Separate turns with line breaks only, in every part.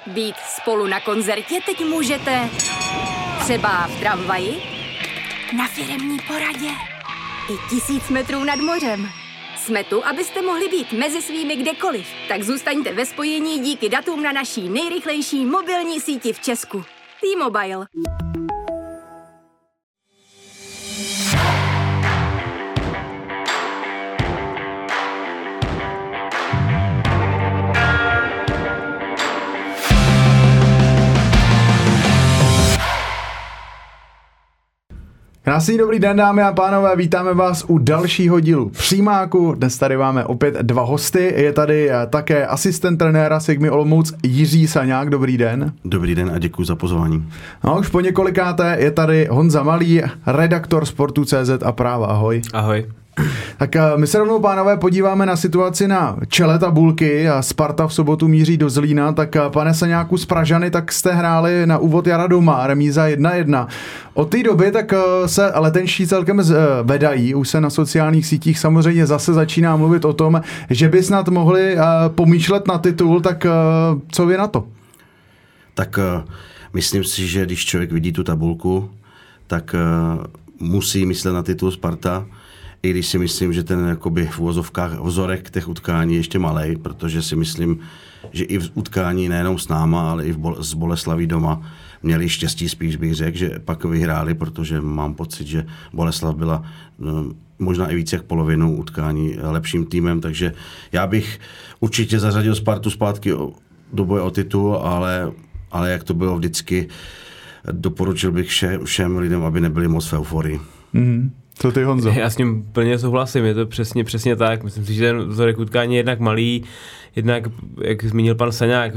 Být spolu na koncertě teď můžete třeba v tramvaji, na firemní poradě i 1000 metrů nad mořem. Jsme tu, abyste mohli být mezi svými kdekoliv. Tak zůstaňte ve spojení díky datům na naší nejrychlejší mobilní síti v Česku. T-Mobile.
Krásný dobrý den, dámy a pánové, vítáme vás u dalšího dílu Přímáku. Dnes tady máme opět dva hosty, je tady také asistent trenéra Sigmy Olomouc Jiří Saňák, dobrý den.
Dobrý den a děkuji za pozvání.
No, už po několikáté je tady Honza Malý, redaktor Sportu.cz a Práva, ahoj.
Ahoj.
Tak my se rovnou, pánové, podíváme na situaci na čele tabulky. Sparta v sobotu míří do Zlína, tak pane Saňáku, z Pražany, tak jste hráli na úvod jara doma, remíza 1-1. Od té doby tak se letenští celkem vedají, už se na sociálních sítích samozřejmě zase začíná mluvit o tom, že by snad mohli pomýšlet na titul, tak co vy na to? Tak
myslím si, že když člověk vidí tu tabulku, tak musí myslet na titul Sparta, i když si myslím, že ten jakoby v uvozovkách vzorek těch utkání je ještě malej, protože si myslím, že i v utkání nejenom s náma, ale i s Boleslaví doma měli štěstí, spíš bych řekl, že pak vyhráli, protože mám pocit, že Boleslav byla možná i víc jak polovinu utkání lepším týmem, takže já bych určitě zařadil Spartu zpátky do boje o titul, ale jak to bylo vždycky, doporučil bych všem lidem, aby nebyli moc v euforii.
Mm-hmm. Co ty, Honzo?
Já s ním plně souhlasím, je to přesně tak. Myslím si, že ten vzorek utkání je jednak malý, jednak, jak zmínil pan Saňák,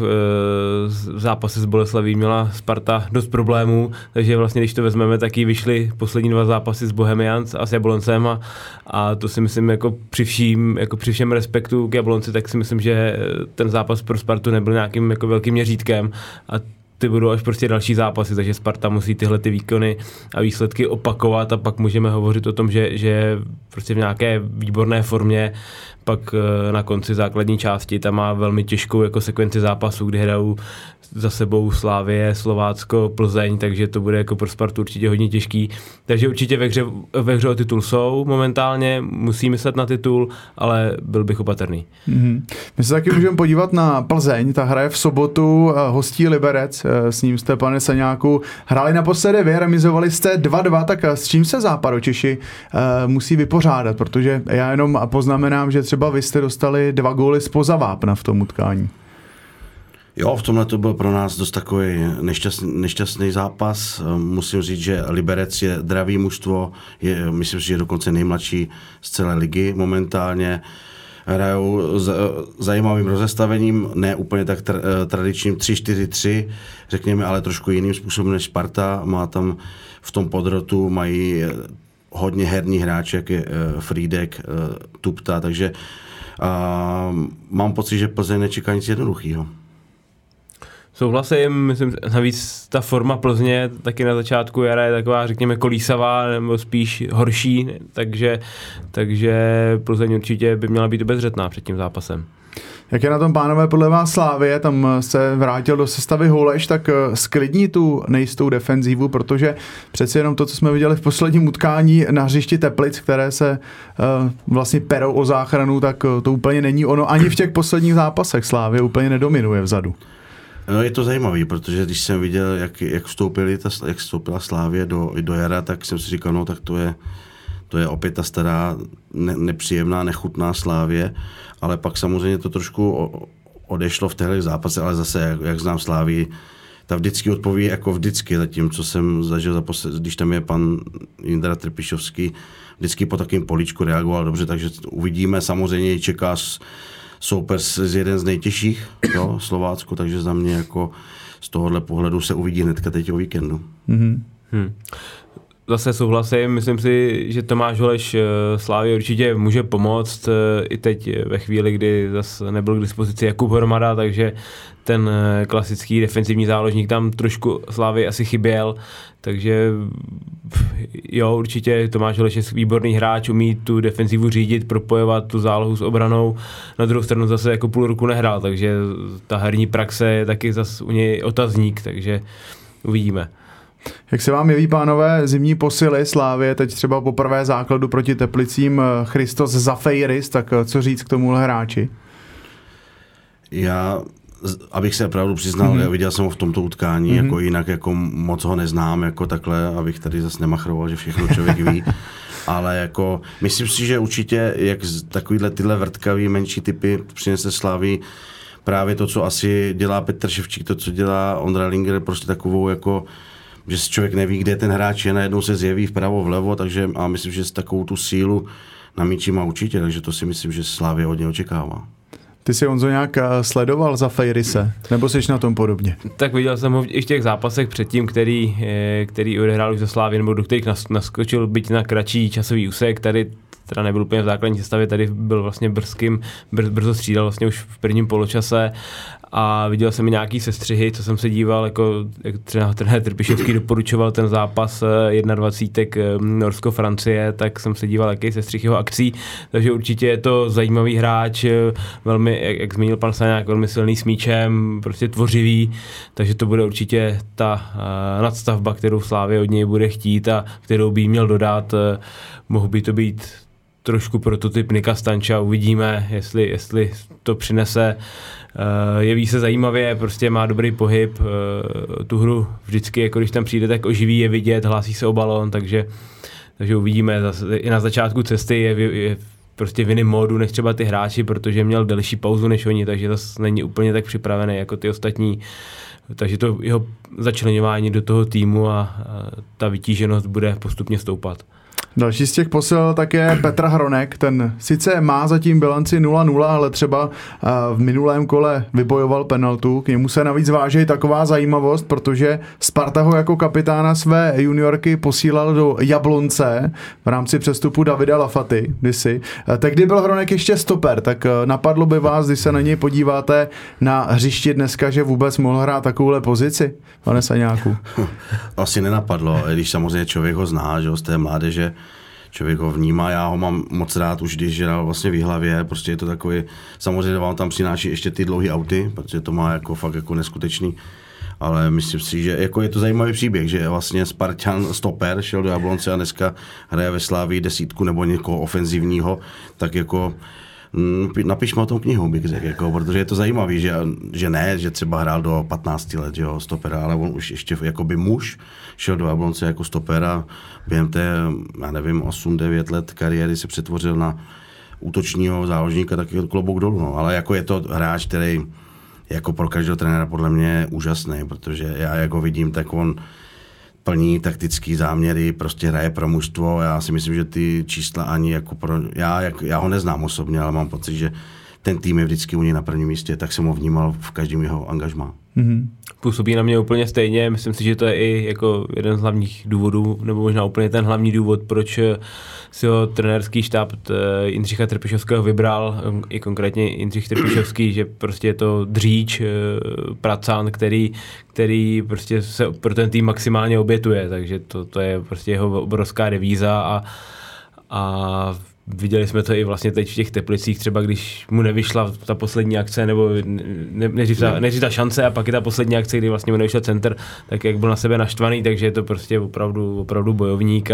v zápase s Boleslaví měla Sparta dost problémů, takže vlastně, když to vezmeme, tak jí vyšly poslední 2 zápasy s Bohemians a s Jabloncem a to si myslím, jako při všem respektu k Jablonci, tak si myslím, že ten zápas pro Spartu nebyl nějakým jako velkým měřítkem a ty budou až prostě další zápasy, takže Sparta musí tyhle ty výkony a výsledky opakovat a pak můžeme hovořit o tom, že je prostě v nějaké výborné formě, pak na konci základní části tam má velmi těžkou jako sekvenci zápasů, kdy hrajou za sebou Slavie, Slovácko, Plzeň, takže to bude jako pro Spartu určitě hodně těžký. Takže určitě ve hře o titul jsou momentálně, musí myslet na titul, ale byl bych opatrný.
Mm-hmm. My se taky můžeme podívat na Plzeň, ta hraje v sobotu, hostí Liberec, s ním jste, pane Saňáku, hráli naposledy vy, remizovali jste 2-2, tak s čím se Západočeši musí vypořádat, protože já jenom poznamenám, že třeba vy jste dostali 2 góly zpoza vápna v tom utkání.
Jo, v tomhle to byl pro nás dost takový nešťastný zápas. Musím říct, že Liberec je dravý mužstvo, myslím si, že je dokonce nejmladší z celé ligy momentálně. Hrajou zajímavým rozestavením, ne úplně tak tradičním 3-4-3, řekněme, ale trošku jiným způsobem než Sparta. Má tam v tom podrotu, mají hodně herní hráči, jak je Frýdek, Tupta, takže mám pocit, že Plzeň nečeká nic jednoduchýho.
Souhlasím, myslím, navíc ta forma Plzně taky na začátku jara je taková, řekněme, kolísavá, nebo spíš horší, takže Plzeň určitě by měla být obezřetná před tím zápasem.
Jak je na tom, pánové, podle vás Slavie, tam se vrátil do sestavy Holeš, tak sklidní tu nejistou defenzívu, protože přeci jenom to, co jsme viděli v posledním utkání na hřišti Teplic, které se vlastně perou o záchranu, tak to úplně není ono. Ani v těch posledních zápasech Slavie úplně nedominuje vzadu.
No, je to zajímavý, protože když jsem viděl, jak vstoupila Slavie do jara, tak jsem si říkal, no tak to je opět ta stará nepříjemná, nechutná Slavie, ale pak samozřejmě to trošku odešlo v téhle zápase, ale zase, jak znám Slavii, ta vždycky odpoví jako vždycky, zatím, co jsem zažil když tam je pan Jindra Trpišovský, vždycky po takovém políčku reagoval dobře, takže uvidíme, samozřejmě čeká soupeř z jeden z nejtěžších, jo, Slovácko, takže za mě jako z tohohle pohledu se uvidí hnedka teď o víkendu.
Mm-hmm.
Zase souhlasím, myslím si, že Tomáš Holeš Slávě určitě může pomoct i teď ve chvíli, kdy zase nebyl k dispozici Jakub Hromada, ten klasický defenzivní záložník tam trošku Slávy asi chyběl, takže jo, určitě Tomáš Holeš je výborný hráč, umí tu defenzivu řídit, propojovat tu zálohu s obranou, na druhou stranu zase jako půl roku nehrál, takže ta herní praxe je taky zase u něj otazník, takže uvidíme.
Jak se vám jeví, pánové, zimní posily Slávie, teď třeba poprvé základu proti Teplicím Christos Zafeiris, tak co říct k tomuhle hráči?
Já, abych se opravdu přiznal, já viděl jsem ho v tomto utkání, jako jinak jako moc ho neznám, jako takhle, abych tady zase nemachroval, že všechno člověk ví, ale jako myslím si, že určitě, jak takovýhle tyhle vrtkavý menší typy přinese Slávii právě to, co asi dělá Petr Ševčík, to, co dělá Ondra Linger, prostě takovou jako, že člověk neví, kde ten hráč je, najednou se zjeví vpravo, vlevo, takže a myslím, že s takovou tu sílu na míči má určitě, takže to si myslím, že Slavia od něj očekává.
Ty jsi, Honzo, nějak sledoval Zafeirise, nebo jsi na tom podobně?
Tak viděl jsem ho i v těch zápasech předtím, který odehrál už za Slávy, nebo do kterých naskočil, byť na kratší časový úsek, tady teda nebyl úplně v základní sestavě, tady byl vlastně brzo střídal vlastně už v prvním poločase a viděl jsem i nějaký sestřihy, co jsem se díval, jako trenér Trpišovský doporučoval ten zápas 21. Norsko-Francie, tak jsem se díval, jaký sestřih jeho akcí, takže určitě je to zajímavý hráč, velmi, jak zmínil pan Saňák, velmi silný s míčem, prostě tvořivý, takže to bude určitě ta nadstavba, kterou Slávě od něj bude chtít a kterou by měl dodat. Mohl by to být trošku prototyp Nika Stanča, uvidíme, jestli to přinese. Jeví se zajímavě, prostě má dobrý pohyb, tu hru vždycky, jako když tam přijde, tak oživí, je vidět, hlásí se o balón, takže uvidíme. I na začátku cesty je prostě v jiném módu než třeba ty hráči, protože měl delší pauzu než oni, takže zase není úplně tak připravený jako ty ostatní. Takže to jeho začleňování do toho týmu a ta vytíženost bude postupně stoupat.
Další z těch posil také Petr Hronek, ten sice má zatím bilanci 0-0, ale třeba v minulém kole vybojoval penaltu, k němu se navíc váží taková zajímavost, protože Sparta ho jako kapitána své juniorky posílal do Jablonce v rámci přestupu Davida Lafaty kdysi. Tehdy byl Hronek ještě stoper, tak napadlo by vás, když se na něj podíváte na hřišti dneska, že vůbec mohl hrát takovouhle pozici, pane Saňáku?
Asi nenapadlo, když samozřejmě člověk ho zná, že z té mládeže, člověk ho vnímá, já ho mám moc rád už, když hrál vlastně v Jihlavě, prostě je to takový, samozřejmě vám tam přináší ještě ty dlouhý auty, protože to má jako fakt jako neskutečný, ale myslím si, že jako je to zajímavý příběh, že vlastně Spartan stoper šel do Jablonce a dneska hraje ve Slávii 10 nebo někoho ofenzivního, tak jako napišme o tom knihu, bych řekl, jako, protože je to zajímavý, že ne, že třeba hrál do 15 let, jo, stopera, ale on už ještě jakoby muž šel do Jablonce jako stopera, během té, já nevím, 8-9 let kariéry se přetvořil na útočního záložníka, tak je to klobouk dolů, no. Ale jako je to hráč, který jako pro každého trenéra podle mě je úžasný, protože já jako vidím, tak on plní taktický záměry, prostě hraje pro mužstvo. Já si myslím, že ty čísla ani jako já ho neznám osobně, ale mám pocit, že ten tým je vždycky u něj na prvním místě, tak jsem ho vnímal v každém jeho angažmá.
Mm-hmm.
Působí na mě úplně stejně, myslím si, že to je i jako jeden z hlavních důvodů, nebo možná úplně ten hlavní důvod, proč si ho trenérský štáb Jindřicha Trpišovského vybral, i konkrétně Jindřich Trpišovský, že prostě je to dříč, pracant, který prostě se pro ten tým maximálně obětuje, takže to je prostě jeho obrovská devíza a viděli jsme to i vlastně teď v těch Teplicích, třeba když mu nevyšla ta poslední akce, nebo nejdřív ta šance a pak i ta poslední akce, kdy vlastně mu nevyšel center, tak jak byl na sebe naštvaný, takže je to prostě opravdu bojovník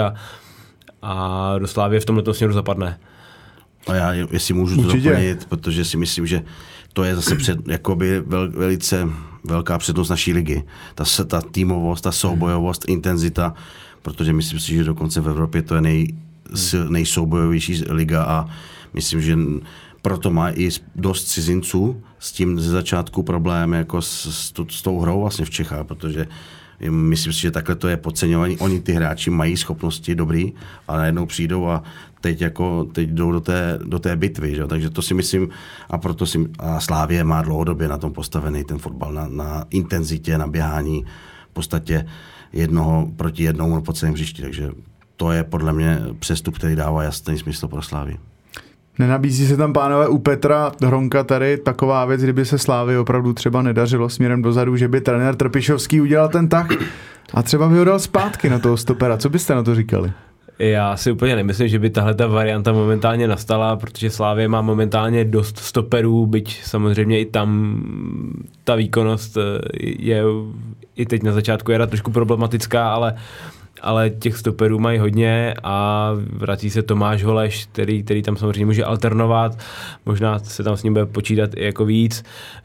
a do Slávie v tomto směru zapadne.
A já, jestli můžu to doplnit, protože si myslím, že to je zase jakoby velice velká přednost naší ligy. Ta týmovost, ta soubojovost, intenzita, protože myslím si, že dokonce v Evropě to je nejsoubojovější liga a myslím, že proto má i dost cizinců s tím ze začátku problém jako s tou hrou vlastně v Čechách, protože myslím si, že takhle to je podceňovaný. Oni ty hráči mají schopnosti dobrý, ale najednou přijdou a teď jdou do té bitvy, že? Takže to si myslím a proto a Slávie má dlouhodobě na tom postavený ten fotbal na intenzitě, na běhání v podstatě jednoho proti jednomu po celém hřišti, takže to je podle mě přestup, který dává jasný smysl pro Slávii.
Nenabízí se tam, pánové, u Petra Hronka tady taková věc, kdyby se Slávy opravdu třeba nedařilo směrem dozadu, že by trenér Trpišovský udělal ten tah a třeba by ho dal zpátky na toho stopera. Co byste na to říkali?
Já si úplně nemyslím, že by tahle ta varianta momentálně nastala, protože Slavie má momentálně dost stoperů, byť samozřejmě i tam ta výkonnost je i teď na začátku jara trošku problematická, ale těch stoperů mají hodně a vrací se Tomáš Holeš, který tam samozřejmě může alternovat, možná se tam s ním bude počítat i jako víc,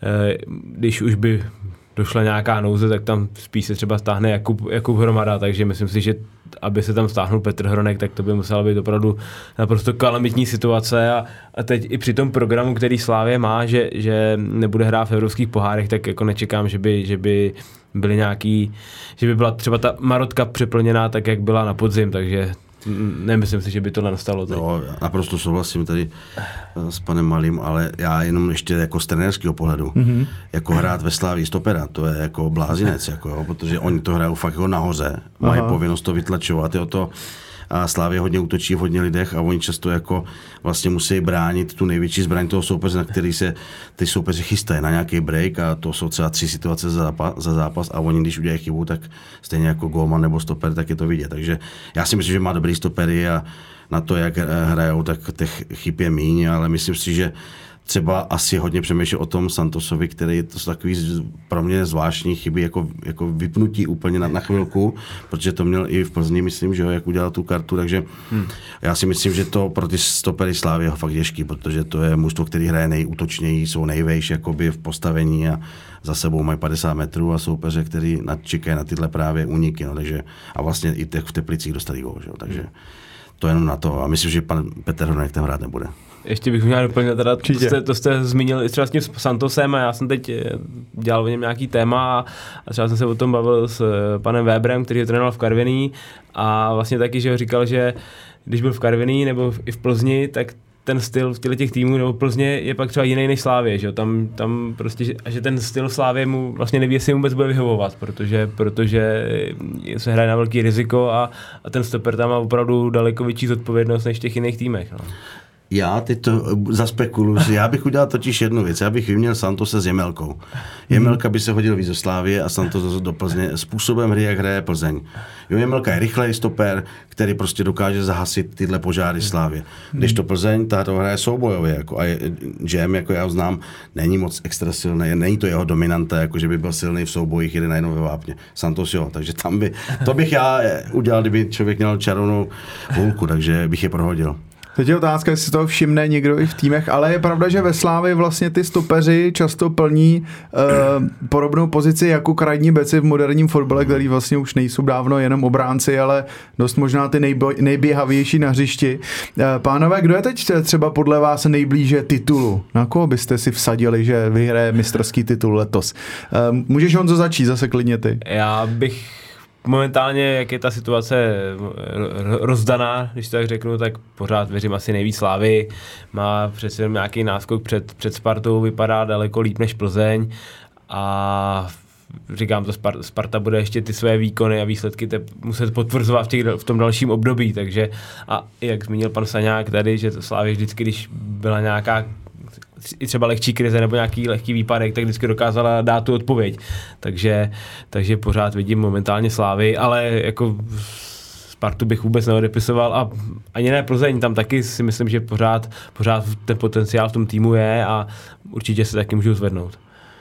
když už by došla nějaká nouze, tak tam spíš se třeba stáhne Jakub Hromada, takže myslím si, že aby se tam stáhnul Petr Hronek, tak to by musela být opravdu naprosto kalamitní situace a teď i při tom programu, který Slavie má, že nebude hrát v evropských pohárech, tak jako nečekám, že by byly nějaký, že by byla třeba ta Marotka přeplněná tak, jak byla na podzim, takže nemyslím si, že by tohle nastalo.
No, naprosto souhlasím tady s panem Malým, ale já jenom ještě jako z trenérského pohledu, jako hrát ve Slavii stopera, to je jako blázinec, jako, jo, protože oni to hrajou fakt jako nahoře, mají povinnost to vytlačovat, jo, to a Slavie hodně útočí v hodně lidech a oni často jako vlastně musí bránit tu největší zbraň toho soupeře, na který se ty soupeři chystají na nějaký break a to jsou třeba 3 situace za zápas a oni, když udělají chybu, tak stejně jako golman nebo stoper, tak je to vidět. Takže já si myslím, že má dobrý stopery a na to, jak hrajou, tak těch chyb je míň, ale myslím si, že třeba asi hodně přemýšlel o tom Santosovi, který to jsou takový pro mě zvláštní chyby, jako vypnutí úplně na chvilku, protože to měl i v Plzni, myslím, že jo, jak udělal tu kartu, takže já si myslím, že to pro ty stopery Slávy je fakt těžký, protože to je mužstvo, který hraje nejútočněji, jsou nejvejš jakoby v postavení a za sebou mají 50 metrů a soupeře, který čekají na tyhle právě úniky, no, takže a vlastně i v Teplicích dostali gól, že jo, takže to jenom na to a myslím, že pan Petr Hronek tam hrát nebude.
Ještě bych měl doplnit, teda to jste zmínil i třeba s tím Santosem a já jsem teď dělal o něm nějaký téma a třeba jsem se o tom bavil s panem Weberem, který je trénoval v Karviní a vlastně taky, že ho říkal, že když byl v Karviní nebo i v Plzni, tak ten styl v těch týmů nebo Plzně je pak třeba jiný než Slávie, že tam prostě, že ten styl Slávie mu vlastně neví, jestli mu vůbec bude vyhovovat, protože se hraje na velký riziko a ten stoper tam má opravdu daleko větší zodpovědnost než v těch jiných týmech. No.
Já teď to zaspekuluji. Já bych udělal totiž jednu věc. Já bych vyměnil Santose s Jemelkou. Jemelka by se hodil víc do Slávie a Santos do Plzně způsobem hry, jak hraje Plzeň. Jo, Jemelka je rychlej stoper, který prostě dokáže zahasit tyhle požáry Slávie. Když to Plzeň, ta to hraje soubojově. Jako, a Jem, jako já ho znám, není moc extra silný, není to jeho dominanta, jako že by byl silný v soubojích, jede najednou ve vápně. Santos jo, takže to bych já udělal, kdyby člověk měl čarovnou hůlku, takže bych je prohodil.
Teď je otázka, jestli toho všimne někdo i v týmech, ale je pravda, že ve Slávii vlastně ty stopeři často plní podobnou pozici jako krajní beci v moderním fotbale, který vlastně už nejsou dávno jenom obránci, ale dost možná ty nejběhavější na hřišti. Pánové, kdo je teď třeba podle vás nejblíže titulu? Na koho byste si vsadili, že vyhraje mistrovský titul letos? Můžeš, Honzo, začít zase klidně ty.
Já bych momentálně, jak je ta situace rozdaná, když to tak řeknu, tak pořád věřím asi nejvíc Slávy. Má přece jenom nějaký náskok před Spartou, vypadá daleko líp než Plzeň a říkám to, Sparta bude ještě ty své výkony a výsledky muset potvrzovat v tom dalším období, takže a jak zmínil pan Saňák tady, že Slávy vždycky, když byla nějaká i třeba lehčí krize nebo nějaký lehký výpadek, tak vždycky dokázala dát tu odpověď. Takže pořád vidím momentálně Slávy, ale jako Spartu bych vůbec neodepisoval a ani ne Plzeň, tam taky si myslím, že pořád ten potenciál v tom týmu je a určitě se taky můžou zvednout.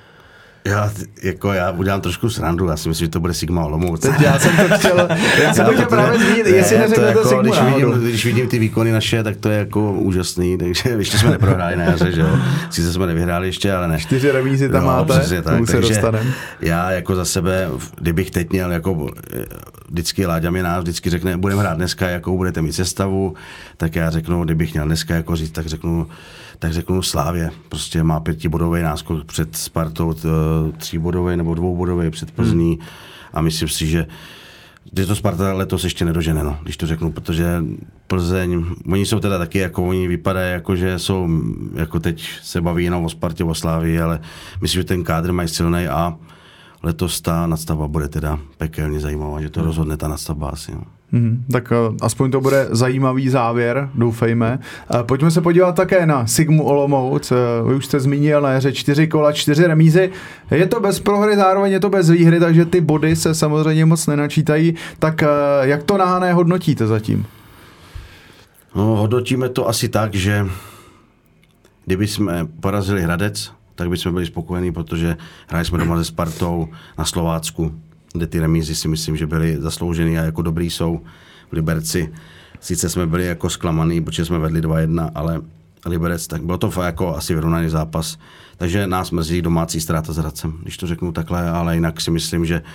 Já udělám trošku srandu, já si myslím, že to bude Sigma Olomouc.
Já jsem to chtěl právě zmínit, jestli neřekne to Sigma.
Když vidím ty výkony naše, tak to je jako úžasný, takže ještě jsme neprohráli na jaře, že jo. Sice jsme nevyhráli ještě, ale ne.
4 remízy tam máte, tak, se dostaneme.
Já jako za sebe, kdybych teď měl, jako vždycky Láďa mi nás vždycky řekne, budeme hrát dneska, jakou budete mít sestavu, tak já řeknu, kdybych měl dneska jako říct, tak řeknu Slávě. Prostě má 5bodový náskok před Spartou, 3bodový nebo 2bodový před Plzní a myslím si, že to Sparta letos ještě nedožene, no, když to řeknu, protože Plzeň, oni jsou teda taky, jako oni vypadají, jako že jsou, jako teď se baví jenom o Spartě, o Slávii, ale myslím, že ten kádr mají silnej a letos ta nadstavba bude teda pekelně zajímavá, že to rozhodne ta nadstavba asi. No.
Tak aspoň to bude zajímavý závěr, doufejme. Pojďme se podívat také na Sigmu Olomouc. Vy už jste zmínil na jaře 4 kola, 4 remízy. Je to bez prohry, zároveň je to bez výhry, takže ty body se samozřejmě moc nenačítají. Tak jak to na Hané hodnotíte zatím?
No, hodnotíme to asi tak, že kdyby jsme porazili Hradec, tak bychom byli spokojení, protože hráli jsme doma se Spartou na Slovácku, kde ty remízy si myslím, že byly zasloužený a jako dobrý jsou v Liberci. Sice jsme byli jako zklamaný, protože jsme vedli 2-1, ale Liberec, tak bylo to jako asi vyrovnaný zápas. Takže nás mrzí domácí ztráta s Hradcem, když to řeknu takhle, ale jinak si myslím, že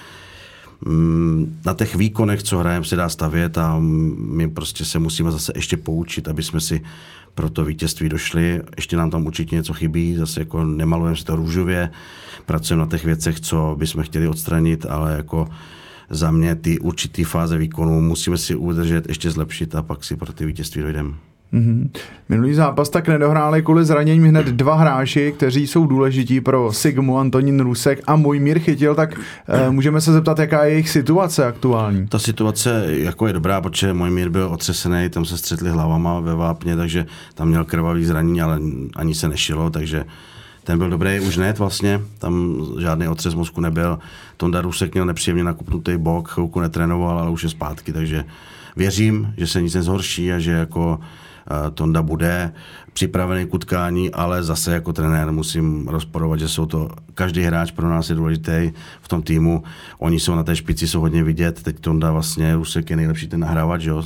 na těch výkonech, co hrajeme, se dá stavět a my prostě se musíme zase ještě poučit, aby jsme si pro to vítězství došli. Ještě nám tam určitě něco chybí, zase jako nemalujeme si to růžově, pracujeme na těch věcech, co bychom chtěli odstranit, ale jako za mě ty určitý fáze výkonu musíme si udržet, ještě zlepšit a pak si pro ty vítězství dojdeme.
Minulý zápas tak nedohráli kvůli zraněním hned 2 hráči, kteří jsou důležití pro Sigmu, Antonín Rusek a Mojmír Chytil, tak můžeme se zeptat, jaká je jejich situace aktuální.
Ta situace jako je dobrá, protože Mojmír byl otřesený, tam se střetli hlavama ve vápně, takže tam měl krvavý zranění, ale ani se nešilo, takže ten byl dobrý už hned vlastně, tam žádný otřes mozku nebyl. Tonda Rusek měl nepříjemně nakupnutý bok, chvilku netrénoval, ale už je zpátky, takže věřím, že se nic nezhorší a že jako Tonda bude připravený k utkání, ale zase jako trenér musím rozporovat, že jsou to, každý hráč pro nás je důležitý v tom týmu, oni jsou na té špici, jsou hodně vidět, teď Tonda vlastně, Rusek je nejlepší ten nahrávač, jo,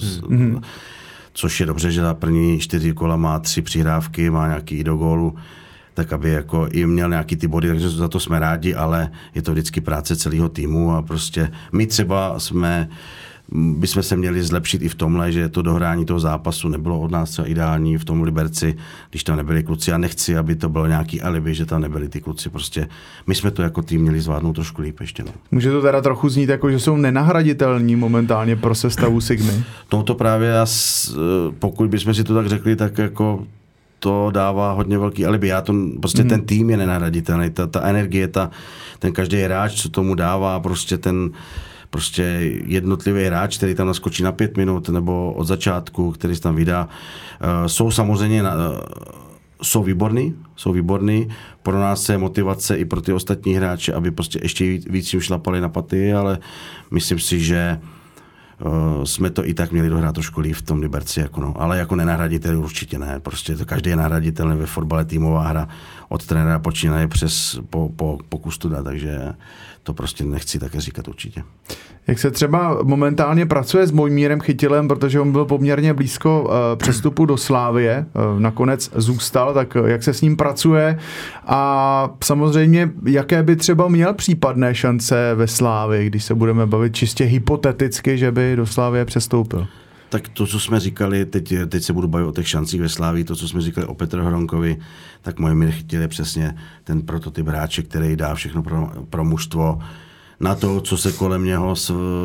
což je dobře, že za první 4 kola má 3 přihrávky, má nějaký i do gólu, tak aby jako i měl nějaký ty body, takže za to jsme rádi, ale je to vždycky práce celého týmu a prostě my třeba bychom se měli zlepšit i v tomhle, že to dohrání toho zápasu nebylo od nás třeba ideální v tom Liberci, když tam nebyli kluci. A nechci, aby to bylo nějaký alibi, že tam nebyli ty kluci. Prostě my jsme to jako tým měli zvládnout trošku líp ještě. No.
Může to teda trochu znít jako, že jsou nenahraditelní momentálně pro sestavu Sigmy?
No to právě, pokud bychom si to tak řekli, tak jako to dává hodně velký alibi. Prostě ten tým je nenahraditelný. Ta energie, ten každý hráč, co tomu dává, prostě jednotlivý hráč, který tam naskočí na 5 minut nebo od začátku, který se tam vydá, jsou samozřejmě jsou výborný. Pro nás je motivace i pro ty ostatní hráče, aby prostě ještě víc jim šlapali na paty, ale myslím si, že jsme to i tak měli dohrát trošku líp v tom Liberci, jako no. Ale jako nenahraditelný určitě ne. Prostě to každý je nahraditelný ve fotbale, týmová hra od trenéra počínaje přes po kustuda, takže to prostě nechci také říkat určitě.
Jak se třeba momentálně pracuje s Mojmírem Chytilem, protože on byl poměrně blízko přestupu do Slávie, nakonec zůstal, tak jak se s ním pracuje a samozřejmě jaké by třeba měl případné šance ve Slávii, když se budeme bavit čistě hypoteticky, že by do Slávie přestoupil?
Tak to, co jsme říkali, teď se budu bavit o těch šancích ve Slávii, to, co jsme říkali o Petru Hronkovi, tak Mojmír Chytil je přesně ten prototyp hráče, který dá všechno pro mužstvo. Na to, co se kolem něho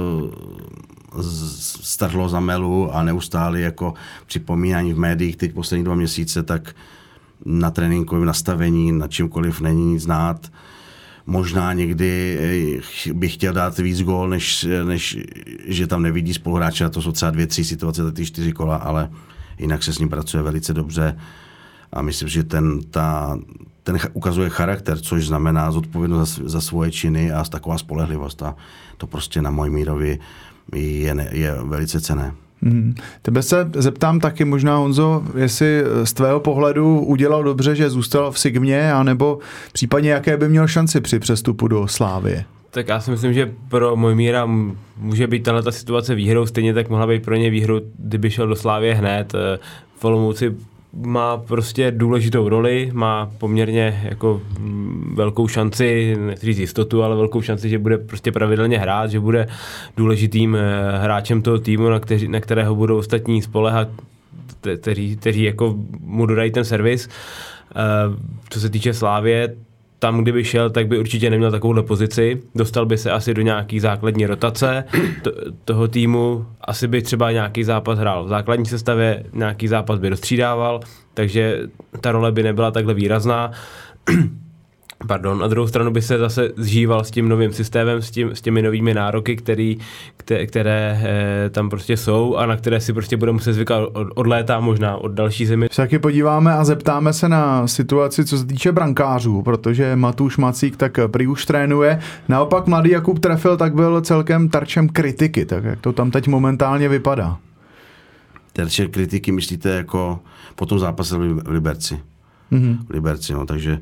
strhlo za melu a neustále jako připomínání v médiích teď poslední 2 měsíce, tak na tréninkovém nastavení, na čímkoliv není nic znát. Možná někdy bych chtěl dát víc gól, než že tam nevidí spoluhráče, a to jsou třeba 2-3 situace za ty 4 kola, ale jinak se s ním pracuje velice dobře a myslím, že ten ukazuje charakter, což znamená zodpovědnost za svoje činy a taková spolehlivost a to prostě na Mojmírovi je velice cenné.
Tebe se zeptám taky možná, Honzo, jestli z tvého pohledu udělal dobře, že zůstal v Sigmě, anebo případně jaké by měl šanci při přestupu do Slávie?
Tak já si myslím, že pro Mojmíra může být tato situace výhrou, stejně tak mohla být pro ně výhrou, kdyby šel do Slávie hned. V Olomouci má prostě důležitou roli, má poměrně jako velkou šanci, nechci říct jistotu, ale velkou šanci, že bude prostě pravidelně hrát, že bude důležitým hráčem toho týmu, na kterého budou ostatní spoléhat, kteří jako mu dodají ten servis. Co se týče Slávie, tam, kdyby šel, tak by určitě neměl takovouhle pozici. Dostal by se asi do nějaký základní rotace toho týmu. Asi by třeba nějaký zápas hrál v základní sestavě, nějaký zápas by dostřídával, takže ta role by nebyla takhle výrazná. Na druhou stranu by se zase zžíval s tím novým systémem, s těmi novými nároky, které tam prostě jsou a na které si prostě bude muset zvykat od léta, možná od další zimy.
Se taky podíváme a zeptáme se na situaci, co se týče brankářů, protože Matouš Macík tak prý už trénuje. Naopak mladý Jakub Trefil tak byl celkem terčem kritiky, tak jak to tam teď momentálně vypadá?
Terče kritiky myslíte jako po tom zápase v Liberci? V Liberci, no, takže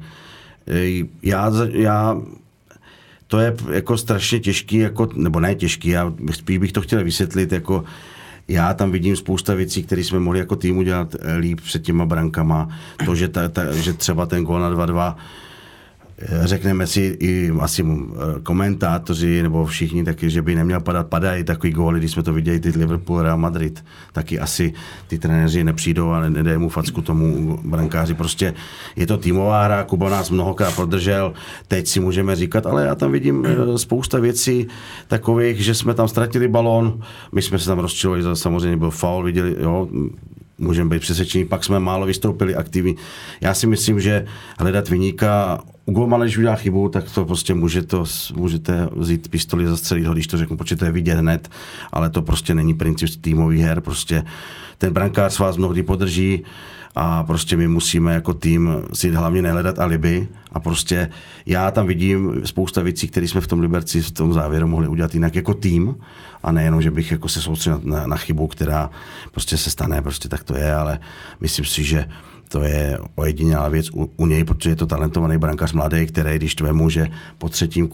já to je jako strašně těžký, jako, nebo ne těžký, já spíš bych to chtěl vysvětlit, jako já tam vidím spousta věcí, které jsme mohli jako tým udělat líp před těma brankama, to, že třeba ten gól na 2-2, řekneme si i asi komentátoři nebo všichni taky, že by neměl padají takový góly, když jsme to viděli, ty Liverpool, Real Madrid, taky asi ty trenéři nepřijdou a nedají mu facku tomu brankáři. Prostě je to týmová hra, Kuba nás mnohokrát podržel, teď si můžeme říkat, ale já tam vidím spousta věcí takových, že jsme tam ztratili balón, my jsme se tam rozčilovali, samozřejmě byl faul, viděli, jo, můžeme být přesvědčení, pak jsme málo vystoupili aktivní. Já si myslím, že hledat viníka, u golmana, když udělá chybu, tak to prostě můžete vzít pistoli, zastřelit ho, když to řeknu, protože to je vidět hned, ale to prostě není princip týmových her, prostě ten brankář vás mnohdy podrží a prostě my musíme jako tým si hlavně nehledat alibi a prostě já tam vidím spousta věcí, které jsme v tom Liberci v tom závěru mohli udělat jinak jako tým a nejenom, že bych jako se soustředil na chybu, která prostě se stane, prostě tak to je, ale myslím si, že to je ojedinělá věc u něj, protože je to talentovaný brankář mladý, který, když to vemu, že po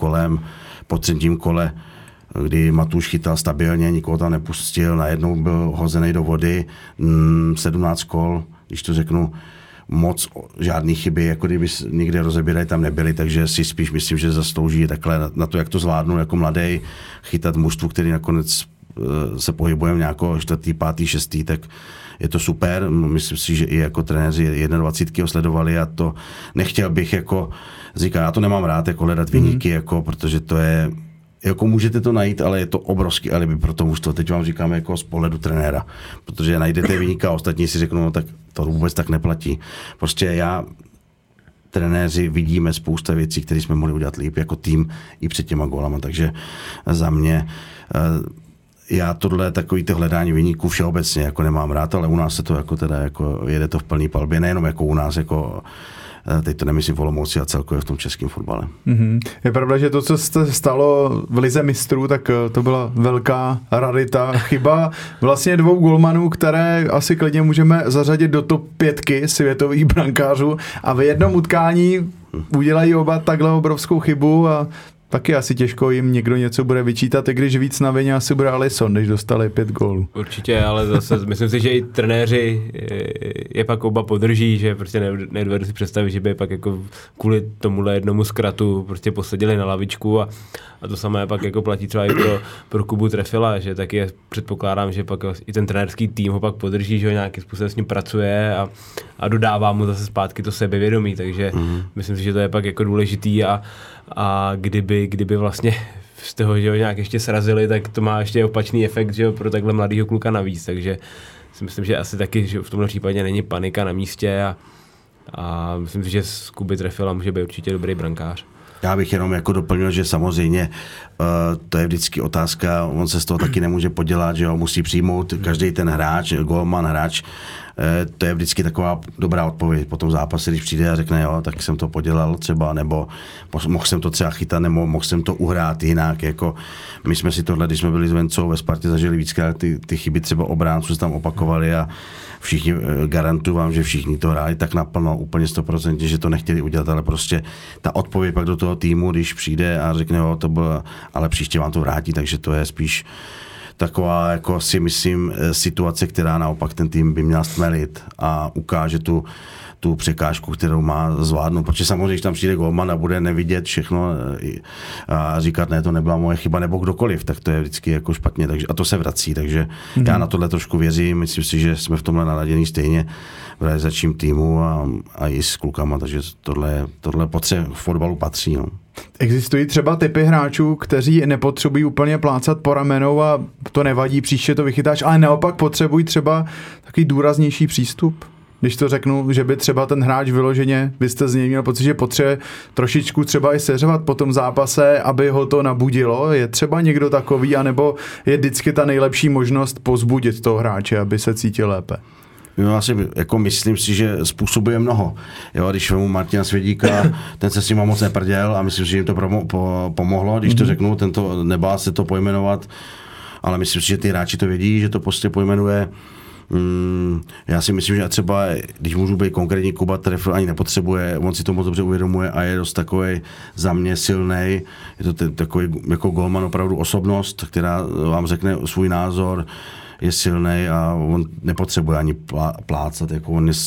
třetím kole, kdy Matuš chytal stabilně, nikoho tam nepustil, najednou byl hozený do vody, 17 kol, když to řeknu, moc žádný chyby, jako kdyby někde rozebírají, tam nebyly, takže si spíš myslím, že zaslouží takhle na to, jak to zvládnu jako mladý, chytat mužstvu, který nakonec se pohybujeme nějakého 4., 5., 6., tak je to super. Myslím si, že i jako trenéři 21 ho sledovali a to nechtěl bych jako říkat, já to nemám rád jako hledat viníky, jako, protože to je jako můžete to najít, ale je to obrovský alibi pro to mužstvo. Teď vám říkáme jako z pohledu trenéra, protože najdete viníka a ostatní si řeknou, no tak to vůbec tak neplatí. Prostě trenéři vidíme spousta věcí, které jsme mohli udělat líp jako tým i před těma gólama, takže za mě já takovýto hledání viníků všeobecně jako nemám rád, ale u nás se to jako teda jako jede to v plný palbě, nejenom jako u nás, jako teď to nemyslím v Olomouci a celkově v tom českém fotbale.
Je pravda, že to, co se stalo v Lize mistrů, tak to byla velká rarita, chyba vlastně 2 golmanů, které asi klidně můžeme zařadit do top 5 světových brankářů a v jednom utkání udělají oba takhle obrovskou chybu a taky asi těžko jim někdo něco bude vyčítat, i když víc na vině asi bude Alisson, když dostali 5 gólů.
Určitě, ale zase myslím si, že i trenéři je pak oba podrží, že prostě nedovedu si představit, že by je pak jako kvůli tomuhle jednomu zkratu prostě posadili na lavičku a to samé pak jako platí třeba i pro Kubu Trefila, že taky předpokládám, že pak i ten trenérský tým ho pak podrží, že ho nějakým způsobem s ním pracuje a dodává mu zase zpátky to sebevědomí, takže myslím si, že to je pak jako důležitý a kdyby vlastně z toho, že ho nějak ještě srazili, tak to má ještě opačný efekt, že pro takhle mladýho kluka navíc, takže si myslím, že asi taky, že v tomhle případě není panika na místě a myslím si, že z Kuby Trefila může být určitě dobrý brankář.
Já bych jenom jako doplnil, že samozřejmě to je vždycky otázka, on se z toho taky nemůže podělat, že ho musí přijmout každý ten hráč, golman, hráč, to je vždycky taková dobrá odpověď po tom zápase, když přijde a řekne, jo, tak jsem to podělal třeba, nebo mohl jsem to třeba chytat, nebo mohl jsem to uhrát jinak, jako my jsme si tohle, když jsme byli s Vencou ve Spartě, zažili víckrát ty chyby třeba obránců se tam opakovaly a všichni, garantuju vám, že všichni to hráli tak naplno, úplně 100%, že to nechtěli udělat, ale prostě ta odpověď pak do toho týmu, když přijde a řekne, jo, to bylo, ale příště vám to vrátí, takže to je spíš taková, jako si myslím, situace, která naopak ten tým by měla stmelit a ukáže tu překážku, kterou má zvládnout, protože samozřejmě, když tam přijde golman a bude nevidět všechno a říkat, ne, to nebyla moje chyba, nebo kdokoliv, tak to je vždycky jako špatně, takže, a to se vrací, takže já na tohle trošku věřím, myslím si, že jsme v tomhle naladění stejně v realizačním týmu a i s klukama, takže tohle potřeba v fotbalu patří. No.
Existují třeba typy hráčů, kteří nepotřebují úplně plácat po ramenou a to nevadí, příště to vychytáš, ale naopak potřebují třeba takový důraznější přístup? když to řeknu, že by třeba ten hráč vyloženě, byste z něj měl pocit, že potřebuje trošičku třeba i seřvat po tom zápase, aby ho to nabudilo? Je třeba někdo takový, anebo je vždycky ta nejlepší možnost pozbudit toho hráče, aby se cítil lépe?
Já si jako myslím si, že způsobuje mnoho. Jo, když vemu Martina Svědíka, ten se s ním moc neprděl a myslím si, že jim to pomohlo, když to řeknu, tento nebá se to pojmenovat, ale myslím si, že ty hráči to vědí, že to prostě pojmenuje. Já si myslím, že třeba, když můžu být konkrétní, Kuba Trefl ani nepotřebuje, on si to moc dobře uvědomuje a je dost takový za mě silnej. Je to takový jako golman opravdu osobnost, která vám řekne svůj názor, je silnej a on nepotřebuje ani plácat, jako on je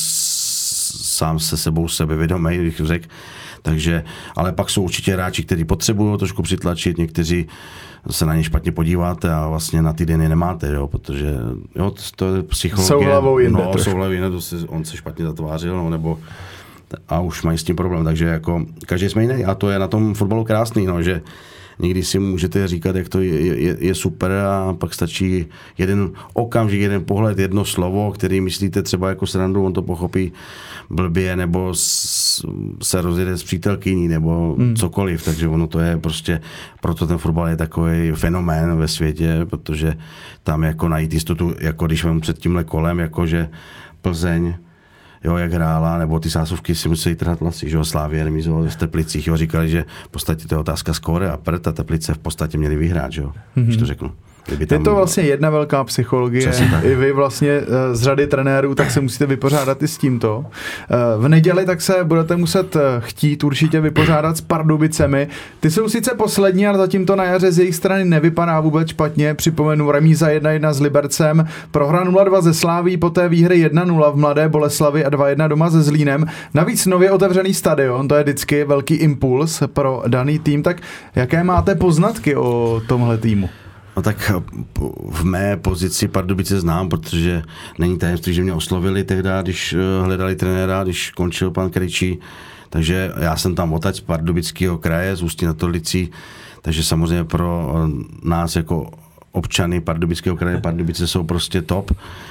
sám se sebou sebevědomý, bych řekl. Takže, ale pak jsou určitě hráči, kteří potřebují trošku přitlačit, někteří se na ně špatně podíváte a vlastně na ty dny nemáte, jo, protože jo, to je psychologie.
Jsou hlavou jinde.
No, jsou hlavou jinde, on se špatně zatvářil, no, nebo a už mají s tím problém, takže jako každý jsme jiný a to je na tom fotbalu krásný, no, že někdy si můžete říkat, jak to je super a pak stačí jeden okamžik, jeden pohled, jedno slovo, který myslíte třeba jako srandu, on to pochopí blbě, nebo se rozjede s přítelkyní, nebo cokoliv, takže ono to je prostě, proto ten fotbal je takový fenomén ve světě, protože tam jako najít jistotu, jako když mám před tímhle kolem, jakože Plzeň, jo, jak hrála, nebo ty sásovky si museli trhat vlasy, že jo, Slavie remízo v Teplicích, jo, říkali, že v podstatě to je otázka skóre a a Teplice v podstatě měli vyhrát, že jo, když to řeknu.
Je to vlastně jedna velká psychologie. I vy vlastně z řady trenérů, tak se musíte vypořádat i s tímto. V neděli tak se budete muset chtít určitě vypořádat s Pardubicemi. Ty jsou sice poslední, ale zatím to na jaře z jejich strany nevypadá vůbec špatně. Připomenu remíza 1-1 s Libercem, prohra 0-2 ze Slaví, poté výhry 1-0 v Mladé Boleslavi a 2-1 doma se Zlínem. Navíc nově otevřený stadion, to je vždycky velký impuls pro daný tým. Tak jaké máte poznatky o tomhle týmu?
No tak v mé pozici Pardubice znám, protože není tajemství, že mě oslovili tehdy, když hledali trenéra, když končil pan Krejčí. Takže já jsem tam odtaď z Pardubického kraje, z Ústí nad Orlicí, takže samozřejmě pro nás jako občany Pardubického kraje Pardubice jsou prostě top.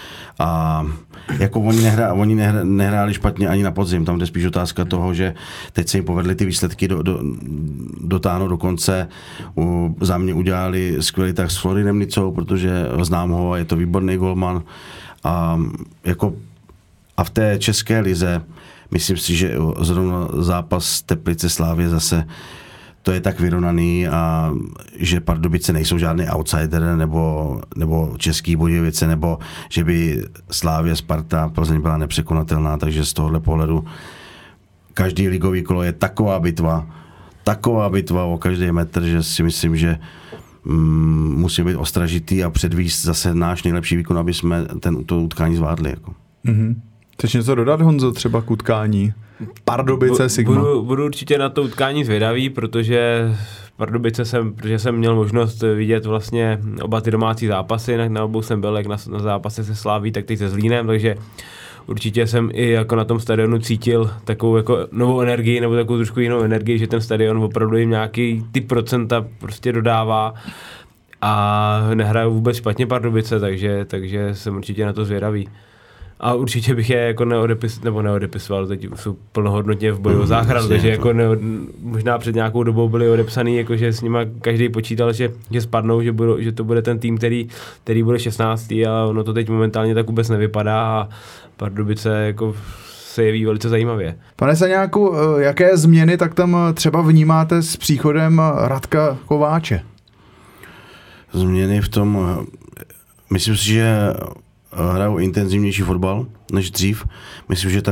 A jako oni nehráli špatně ani na podzim, tam jde spíš otázka toho, že teď se jim povedly ty výsledky dotáhnout do konce. Za mě udělali skvělý tak s Floridem Nicou, protože znám ho a je to výborný golman. A v té české lize myslím si, že zrovna zápas Teplice Slávie zase to je tak vyrovnaný a že Pardubice nejsou žádný outsider nebo Český Budějovice, nebo že by Slavie, Sparta, Plzeň byla nepřekonatelná, takže z tohohle pohledu každý ligový kolo je taková bitva o každý metr, že si myslím, že musíme být ostražitý a předvíst zase náš nejlepší výkon, aby jsme to utkání zvládli. Jako.
Chceš něco dodat, Honzo, třeba k utkání? Pardubice, Sigma.
Budu určitě na to utkání zvědavý, protože Pardubice jsem měl možnost vidět vlastně oba ty domácí zápasy, na obou jsem byl, jak na zápase se Slaví, tak teď se Zlínem, takže určitě jsem i jako na tom stadionu cítil takovou jako novou energii, nebo takovou trošku jinou energii, že ten stadion opravdu jim nějaký ty procenta prostě dodává a nehrajou vůbec špatně Pardubice, takže jsem určitě na to zvědavý. A určitě bych je jako neodepisoval, teď jsou plnohodnotně v boji o záchranu, takže jako možná před nějakou dobou byli odepsaný, jakože s nima každý počítal, že spadnou, že to bude ten tým, který bude 16. a ono to teď momentálně tak vůbec nevypadá a Pardubice jako se jeví velice zajímavě.
Pane Saňáku, jaké změny tak tam třeba vnímáte s příchodem Radka Kováče?
Změny v tom, myslím si, že hrajou intenzivnější fotbal než dřív. Myslím, že ten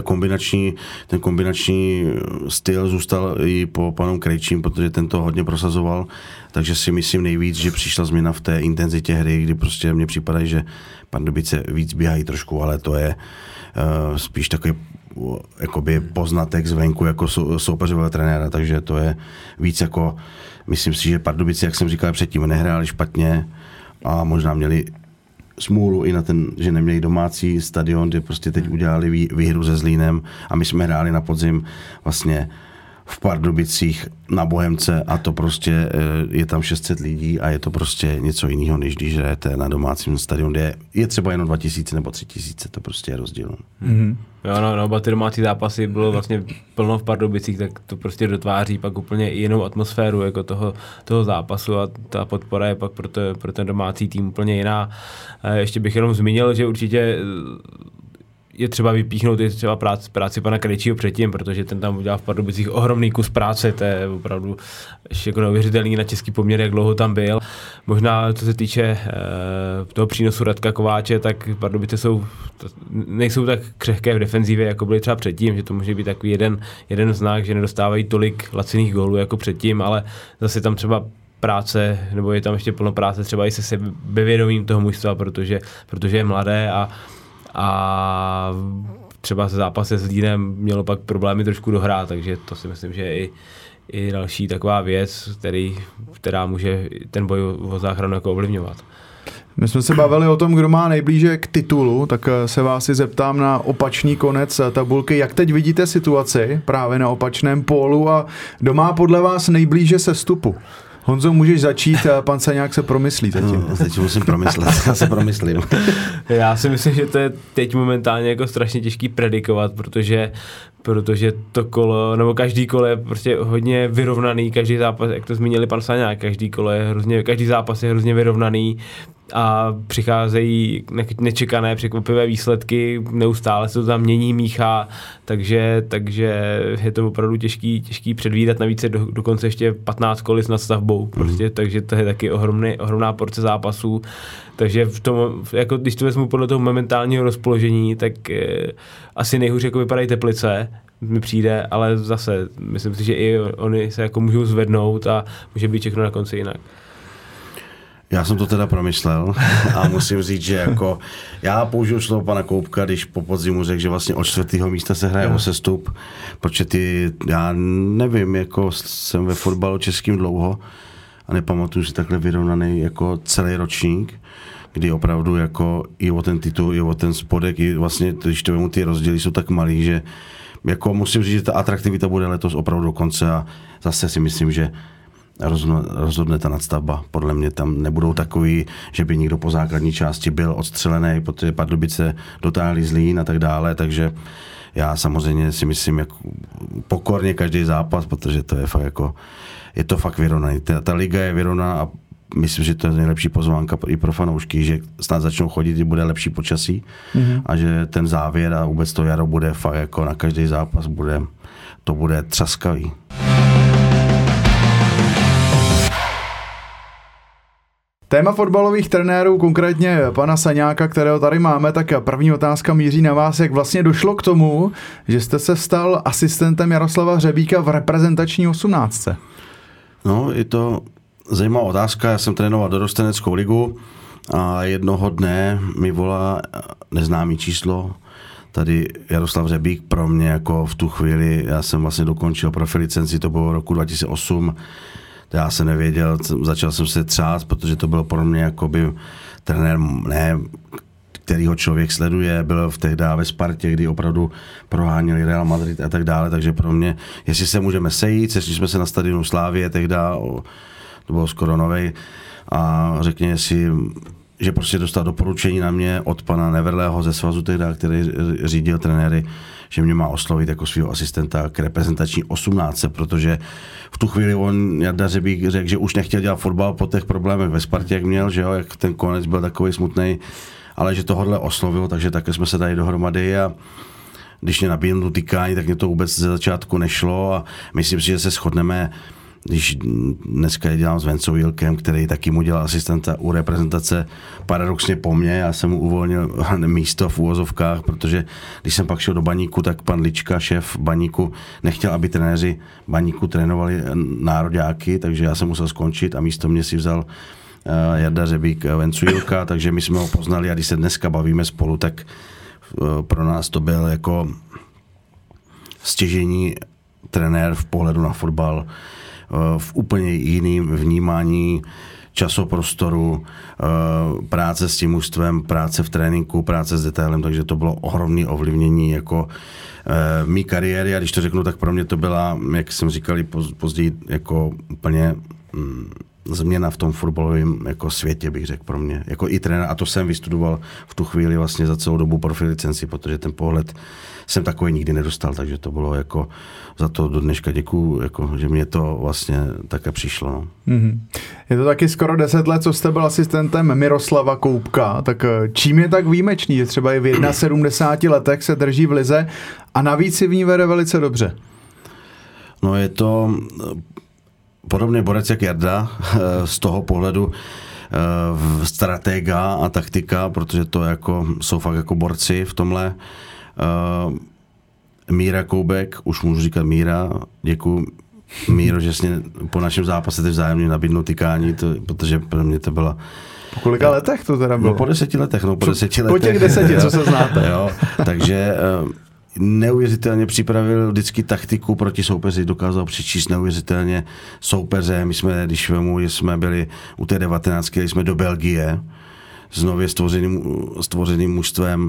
kombinační styl zůstal i po panu Krejčím, protože ten to hodně prosazoval, takže si myslím nejvíc, že přišla změna v té intenzitě hry, kdy prostě mně připadá, že Pardubice víc běhají trošku, ale to je spíš takový jakoby poznatek zvenku jako soupeřového trenéra, takže to je víc jako, myslím si, že Pardubice, jak jsem říkal předtím, nehráli špatně a možná měli smůlu i na ten, že neměli domácí stadion, kde prostě teď udělali výhru se Zlínem a my jsme hráli na podzim vlastně v Pardubicích na Bohemce a to prostě je tam 600 lidí a je to prostě něco jiného, než když hrajete na domácím stadionu, kde je třeba jenom 2000 nebo 3000, to prostě je rozdíl.
Mm-hmm. Jo, no, oba ty domácí zápasy bylo vlastně plno v Pardubicích, tak to prostě dotváří pak úplně jinou atmosféru jako toho zápasu a ta podpora je pak pro ten domácí tým úplně jiná. Ještě bych jenom zmínil, že určitě je třeba vypíchnout i třeba práci pana Krejčího předtím, protože ten tam udělal v Pardubicích ohromný kus práce, to je opravdu ještě jako neuvěřitelný na český poměr, jak dlouho tam byl. Možná co se týče toho přínosu Radka Kováče, tak Pardubice nejsou tak křehké v defenzivě, jako byly třeba předtím, že to může být takový jeden znak, že nedostávají tolik laciných gólů jako předtím, ale zase tam třeba práce, nebo je tam ještě plno práce třeba i se sebevědomím toho mužstva, protože je mladé a třeba se zápase s Línem mělo pak problémy trošku dohrát, takže to si myslím, že je i další taková věc, která může ten boj o záchranu jako ovlivňovat.
My jsme se bavili o tom, kdo má nejblíže k titulu, tak se vás si zeptám na opačný konec tabulky. Jak teď vidíte situaci právě na opačném pólu a kdo má podle vás nejblíže sestupu? Honzo, můžeš začít a pan Saňák se promyslí zatím.
No, teď musím promyslet, já se promyslím.
Já si myslím, že to je teď momentálně jako strašně těžký predikovat, protože to kolo, nebo každý kolo je prostě hodně vyrovnaný, každý zápas, jak to zmínili pan Saňák, každý zápas je hrozně vyrovnaný a přicházejí nečekané překvapivé výsledky, neustále se to tam mění, míchá, takže je to opravdu těžký předvídat, navíc je dokonce ještě 15 kol s nadstavbou, prostě, takže to je taky ohromná porce zápasů, takže v tom, jako když to vezmu podle toho momentálního rozpoložení, tak asi nejhůř jako vypadají Teplice, mi přijde, ale zase myslím si, že i oni se jako můžou zvednout a může být všechno na konci jinak.
Já jsem to teda promyslel a musím říct, že jako já použiju slovo pana Koupka, když po podzimu řekl, že vlastně od 4. místa se hraje o sestup, protože já nevím, jako jsem ve fotbalu českým dlouho a nepamatuju si takhle vyrovnaný jako celý ročník, kdy opravdu jako i o ten titul, i o ten spodek, i vlastně, když to vemu, ty rozdíly jsou tak malý, že jako musím říct, že ta atraktivita bude letos opravdu do konce a zase si myslím, že rozhodne ta nadstavba. Podle mě tam nebudou takový, že by někdo po základní části byl odstřelený, protože Pardubice dotáhli Zlín a tak dále, takže já samozřejmě si myslím jako pokorně každý zápas, protože to je fakt jako, je to fakt vyrovnaný. Ta liga je vyrovnaná a myslím, že to je nejlepší pozvánka i pro fanoušky, že snad začnou chodit, kdy bude lepší počasí a že ten závěr a vůbec to jaro bude fakt jako na každý zápas to bude třaskavý.
Téma fotbalových trenérů, konkrétně pana Saňáka, kterého tady máme, tak první otázka míří na vás, jak vlastně došlo k tomu, že jste se stal asistentem Jaroslava Hřebíka v reprezentační 18.
No, je to zajímavá otázka, já jsem trénoval dorosteneckou ligu a jednoho dne mi volá neznámý číslo, tady Jaroslav Hřebík, pro mě jako v tu chvíli, já jsem vlastně dokončil profilicenci, to bylo roku 2008, já jsem nevěděl, začal jsem se třást, protože to bylo pro mě jakoby trenér, kterýho člověk sleduje, byl tehdy ve Spartě, kdy opravdu proháněli Real Madrid a tak dále, takže pro mě, jestli se můžeme sejít, sešli jsme se na stadionu Slávie, tehdy to bylo skoro novej, a řekněme si, že prostě dostal doporučení na mě od pana Neverlého ze svazu tehdy, který řídil trenéry, že mě má oslovit jako svého asistenta k reprezentační 18, protože v tu chvíli Jarda Hřebík řekl, že už nechtěl dělat fotbal po těch problémech ve Spartě, jak měl, že jo, jak ten konec byl takový smutný, ale že tohle oslovil, takže také jsme se dali dohromady a když mě nabídl do tykání, tak mě to vůbec ze začátku nešlo a myslím si, že se shodneme, když dneska je dělám s Vencou Jilkem, který taky mu dělal asistenta u reprezentace paradoxně po mně, já jsem mu uvolnil místo v úvozovkách, protože když jsem pak šel do Baníku, tak pan Lička, šéf Baníku, nechtěl, aby trenéři Baníku trénovali nároďáky, takže já jsem musel skončit a místo mě si vzal Jarda Hřebík Vencu Jilka, takže my jsme ho poznali a když se dneska bavíme spolu, tak pro nás to byl jako stěžejní trenér v pohledu na fotbal, v úplně jiném vnímání časoprostoru, práce s tím mužstvem, práce v tréninku, práce s detailem, takže to bylo ohromné ovlivnění jako mý kariéry a když to řeknu, tak pro mě to byla, jak jsem říkal později, jako úplně změna v tom fotbalovém jako světě, bych řekl pro mě. Jako i trenér, a to jsem vystudoval v tu chvíli vlastně za celou dobu profi licenci, protože ten pohled jsem takový nikdy nedostal, takže to bylo jako za to do dneška děkuju, jako, že mě to vlastně také přišlo. No.
Mm-hmm. Je to taky skoro 10 let, co jste byl asistentem Miroslava Koubka, tak čím je tak výjimečný, že třeba i v 71 letech se drží v lize a navíc si v ní vede velice dobře?
No je to podobný borec jak Jarda, z toho pohledu stratega a taktika, protože to jako, jsou fakt jako borci v tomhle. Míra Koubek, už můžu říkat Míra, děkuju Míro, že jsi po našem zápase teď vzájemně nabídnul tykání, protože pro mě to byla...
Po kolika letech to teda bylo?
No po 10 letech,
Po těch 10, co se znáte.
Jo, takže neuvěřitelně připravil vždycky taktiku proti soupeři, dokázal přečíst neuvěřitelně soupeře. My jsme, když vemu, že jsme byli u té 19, jeli jsme do Belgie s nově stvořeným mužstvem,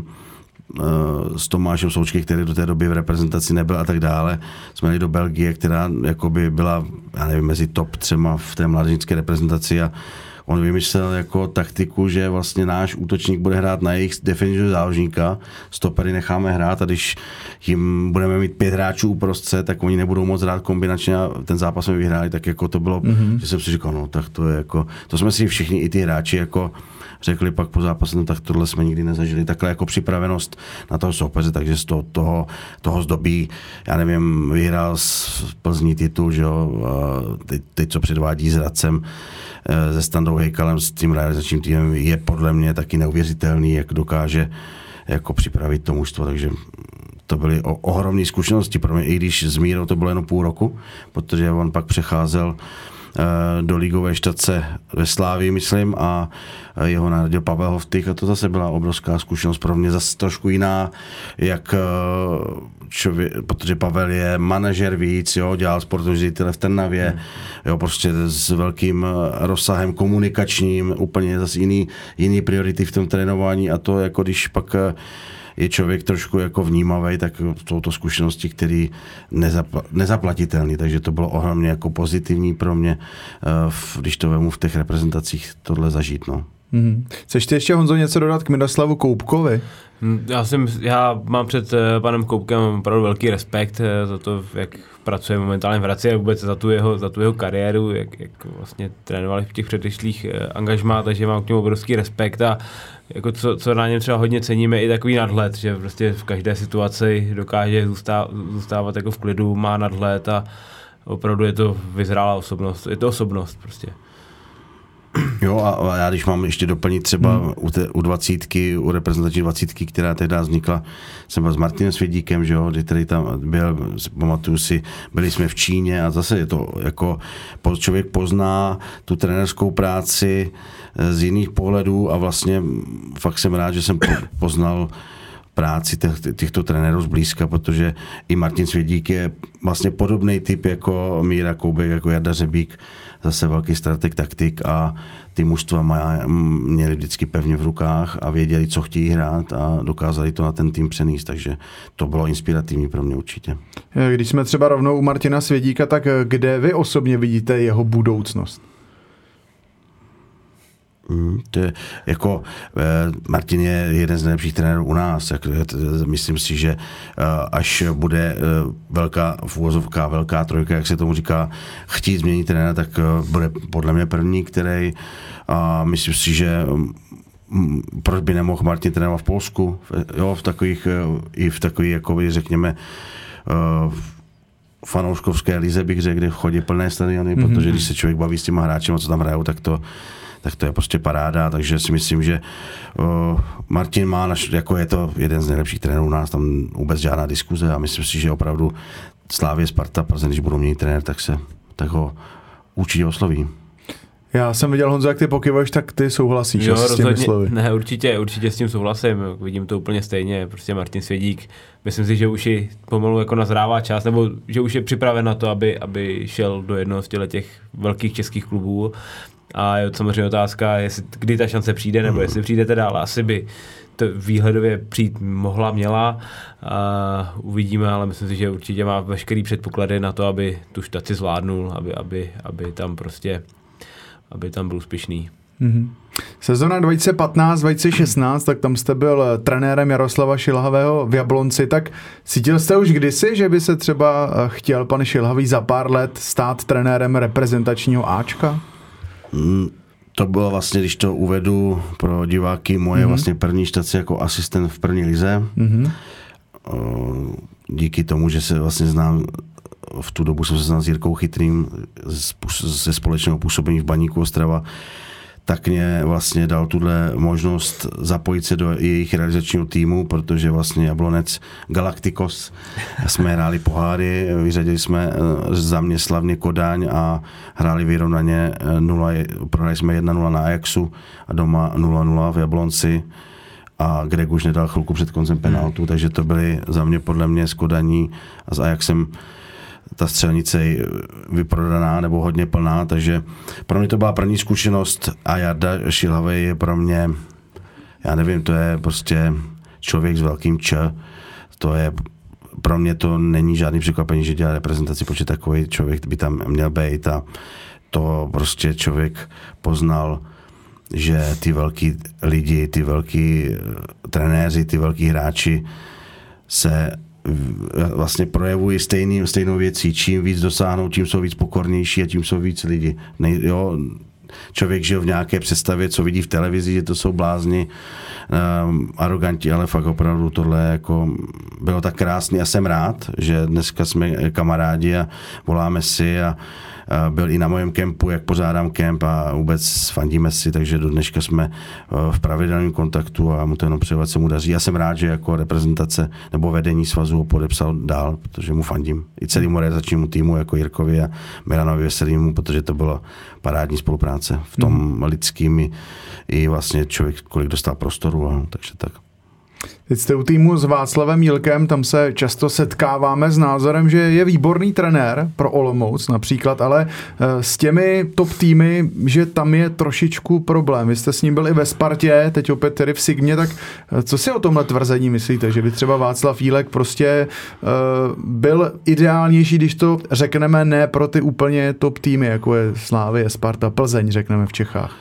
s Tomášem Součky, který do té doby v reprezentaci nebyl a tak dále. Jsme jeli do Belgie, která jakoby byla, já nevím, mezi top 3 v té mládežnické reprezentaci a on vymyslel jako taktiku, že vlastně náš útočník bude hrát na jejich defenzivního záložníka, stopery necháme hrát a když jim budeme mít 5 hráčů uprostřed, tak oni nebudou moc hrát kombinačně a ten zápas jsme vyhráli, tak jako to bylo, že jsem si říkal, no tak to je jako, to jsme si všichni i ty hráči jako řekli pak po zápase, no tak tohle jsme nikdy nezažili, takhle jako připravenost na toho soupeře, takže z toho zdobí, já nevím, vyhrál z Plzní titul, že jo, teď co předvádí s Hradcem, se Standou Hejkalem, s tím realizačním týmem, je podle mě taky neuvěřitelný, jak dokáže jako připravit to mužstvo, takže to byly ohromné zkušenosti pro mě, i když s Mírou to bylo jenom půl roku, protože on pak přecházel do ligové štace ve Slávii, myslím, a jeho nahradil Pavel Hoftych a to zase byla obrovská zkušenost pro mě, zase trošku jiná, jak člověk, protože Pavel je manažer víc, jo, dělal sportovní ředitele v Trnavě, jo, prostě s velkým rozsahem komunikačním, úplně zase jiný priority v tom trénování a to jako když pak je člověk trošku jako vnímavý, tak jsou to zkušenosti, které nezaplatitelné, takže to bylo ohromně jako pozitivní pro mě, když to vemu v těch reprezentacích tohle zažít. No.
Chceš ty ještě, Honzo, něco dodat k Miroslavu Koubkovi?
Já mám před panem Koubkem opravdu velký respekt za to, jak pracuje momentálně v Hradci a vůbec za tu jeho kariéru, jak vlastně trénovali v těch předešlých angažmá, takže mám k němu obrovský respekt a jako co na něm třeba hodně ceníme, i takový nadhled, že prostě v každé situaci dokáže zůstávat jako v klidu, má nadhled a opravdu je to vyzrálá osobnost, je to osobnost prostě.
Jo a já když mám ještě doplnit třeba u 20, u reprezentační 20, která tehdy vznikla, jsem byl s Martinem Svědíkem, že jo, který tam byl, pamatuju si, byli jsme v Číně a zase je to jako člověk pozná tu trenérskou práci z jiných pohledů a vlastně fakt jsem rád, že jsem poznal práci těchto trenérů zblízka, protože i Martin Svědík je vlastně podobný typ jako Míra Koubek, jako Jarda Řebík, zase velký strateg, taktik a ty mužstva měli vždycky pevně v rukách a věděli, co chtějí hrát a dokázali to na ten tým přenést, takže to bylo inspirativní pro mě určitě.
Když jsme třeba rovnou u Martina Svědíka, tak kde vy osobně vidíte jeho budoucnost?
To je, jako Martin je jeden z nejlepších trenérů u nás. Myslím si, že až bude velká trojka, jak se tomu říká, chtít změnit trenéra, tak bude podle mě první, který myslím si, že proč by nemohl Martin trénovat v Polsku, jo, v takových jakoby, řekněme, fanouškovské lize bych řekl, kde chodí plné stadiony, protože když se člověk baví s těma hráčema, co tam hrajou, tak to je prostě paráda, takže si myslím, že Martin má, jako je to jeden z nejlepších trenérů u nás, tam vůbec žádná diskuze a myslím si, že opravdu Slavie, Sparta, Plzeň, když budou měnit trenér, tak ho určitě osloví. Já
jsem viděl, Honzo, jak ty pokyvuješ, tak ty souhlasíš,
jo,
s těmi slovy.
Ne, určitě s tím souhlasím, vidím to úplně stejně, prostě Martin Svědík, myslím si, že už i pomalu jako nazrává čas, nebo že už je připraven na to, aby šel do jednoho z těch velkých českých klubů A je samozřejmě otázka, kdy ta šance přijde, nebo jestli přijdete dál. Asi by to výhledově přijít měla. Uvidíme, ale myslím si, že určitě má veškerý předpoklady na to, aby tu štaci zvládnul, aby tam prostě, aby tam byl úspěšný.
Mm-hmm. Sezona 2015-2016, tak tam jste byl trenérem Jaroslava Šilhavého v Jablonci, tak cítil jste už kdysi, že by se třeba chtěl pan Šilhavý za pár let stát trenérem reprezentačního Ačka?
To bylo vlastně, když to uvedu pro diváky, moje vlastně první štace jako asistent v první lize. Díky tomu, že se vlastně znám, v tu dobu jsem se znal s Jirkou Chytrým ze společného působení v Baníku Ostrava, tak mě vlastně dal tuhle možnost zapojit se do jejich realizačního týmu, protože vlastně Jablonec Galacticos jsme hráli poháry, vyřadili jsme za mě slavně Kodaň a hráli vyrovnaně 0, prohráli jsme 1-0 na Ajaxu a doma 0-0 v Jablonci a Greg už nedal chvilku před koncem penaltu, takže to byly za mě podle mě s Kodaní a s Ajaxem ta střelnice je vyprodaná nebo hodně plná, takže pro mě to byla první zkušenost a Jarda Šilhavej je pro mě, já nevím, to je prostě člověk s velkým Č, to je, pro mě to není žádný překvapení, že dělá reprezentaci, protože takový člověk by tam měl být a to prostě člověk poznal, že ty velký lidi, ty velký trenéři, ty velký hráči se vlastně projevují stejnou věcí. Čím víc dosáhnou, tím jsou víc pokornější a tím jsou víc lidi. Člověk žil v nějaké představě, co vidí v televizi, že to jsou blázni, aroganti, ale fakt opravdu tohle jako bylo tak krásný a jsem rád, že dneska jsme kamarádi a voláme si a byl i na mém kempu, jak pořádám kemp a vůbec fandíme si, takže do dneška jsme v pravidelném kontaktu a mu to jenom přejovat se mu daří. Já jsem rád, že jako reprezentace nebo vedení svazu ho podepsal dál, protože mu fandím. I celému realizačnímu týmu, jako Jirkovi a Milanovi Veselýmu, protože to byla parádní spolupráce v tom lidským i vlastně člověk, kolik dostal prostoru, takže tak.
Teď jste u týmu s Václavem Jílkem, tam se často setkáváme s názorem, že je výborný trenér pro Olomouc například, ale s těmi top týmy, že tam je trošičku problém. Vy jste s ním byli ve Spartě, teď opět tedy v Sigmě, tak co si o tomhle tvrzení myslíte, že by třeba Václav Jílek prostě byl ideálnější, když to řekneme ne pro ty úplně top týmy, jako je Slavie, Sparta, Plzeň, řekneme v Čechách?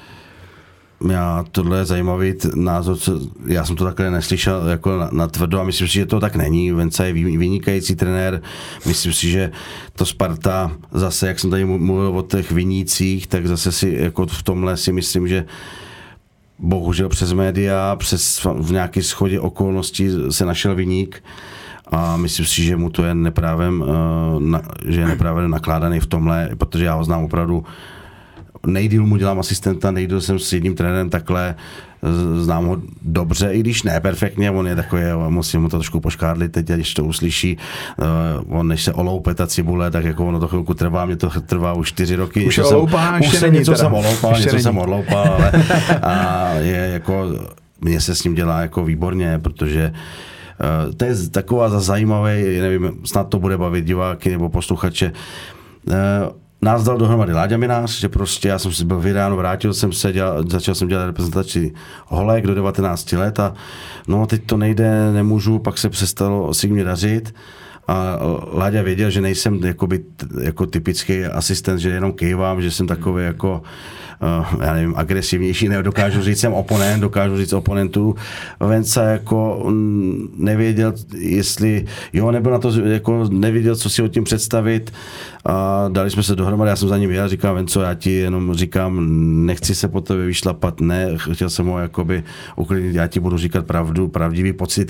Tohle je zajímavý názor, já jsem to takhle neslyšel jako na tvrdo a myslím si, že to tak není. Venca je vynikající trenér, myslím si, že to Sparta zase, jak jsem tady mluvil o těch vinících, tak zase si jako v tomhle si myslím, že bohužel přes média, v nějaké shodě okolností se našel viník a myslím si, že mu to je neprávem, že je neprávem nakládaný v tomhle, protože já ho znám opravdu. Nejdýl mu dělám asistenta, nejdýl jsem s jedním trenérem takhle, znám ho dobře, i když ne perfektně, on je takový, musím mu to trošku poškádlit teď, když to uslyší, on než se oloupe ta cibule, tak jako ono to chvilku trvá, mě to trvá už 4 roky.
Už oloupá,
něco jsem odloupal, ale a je jako, mně se s ním dělá jako výborně, protože to je taková zajímavý, nevím, snad to bude bavit diváky nebo posluchače, nás dal dohromady Láďa Minář, že prostě já jsem si byl vyráno, vrátil jsem se, začal jsem dělat reprezentační holek do 19 let a no teď to nejde, nemůžu, pak se přestalo si mě dařit a Láďa věděl, že nejsem jako typický asistent, že jenom kejvám, že jsem takový jako já nevím, agresivnější, dokážu říct oponentů. Venca jako nevěděl, jestli, nebyl na to, jako nevěděl, co si o tím představit a dali jsme se dohromady, já jsem za ním jel, říkám, Venco, já ti jenom říkám, nechci se po tebe vyšlapat, ne, chtěl jsem ho jakoby uklidnit, já ti budu říkat pravdu, pravdivý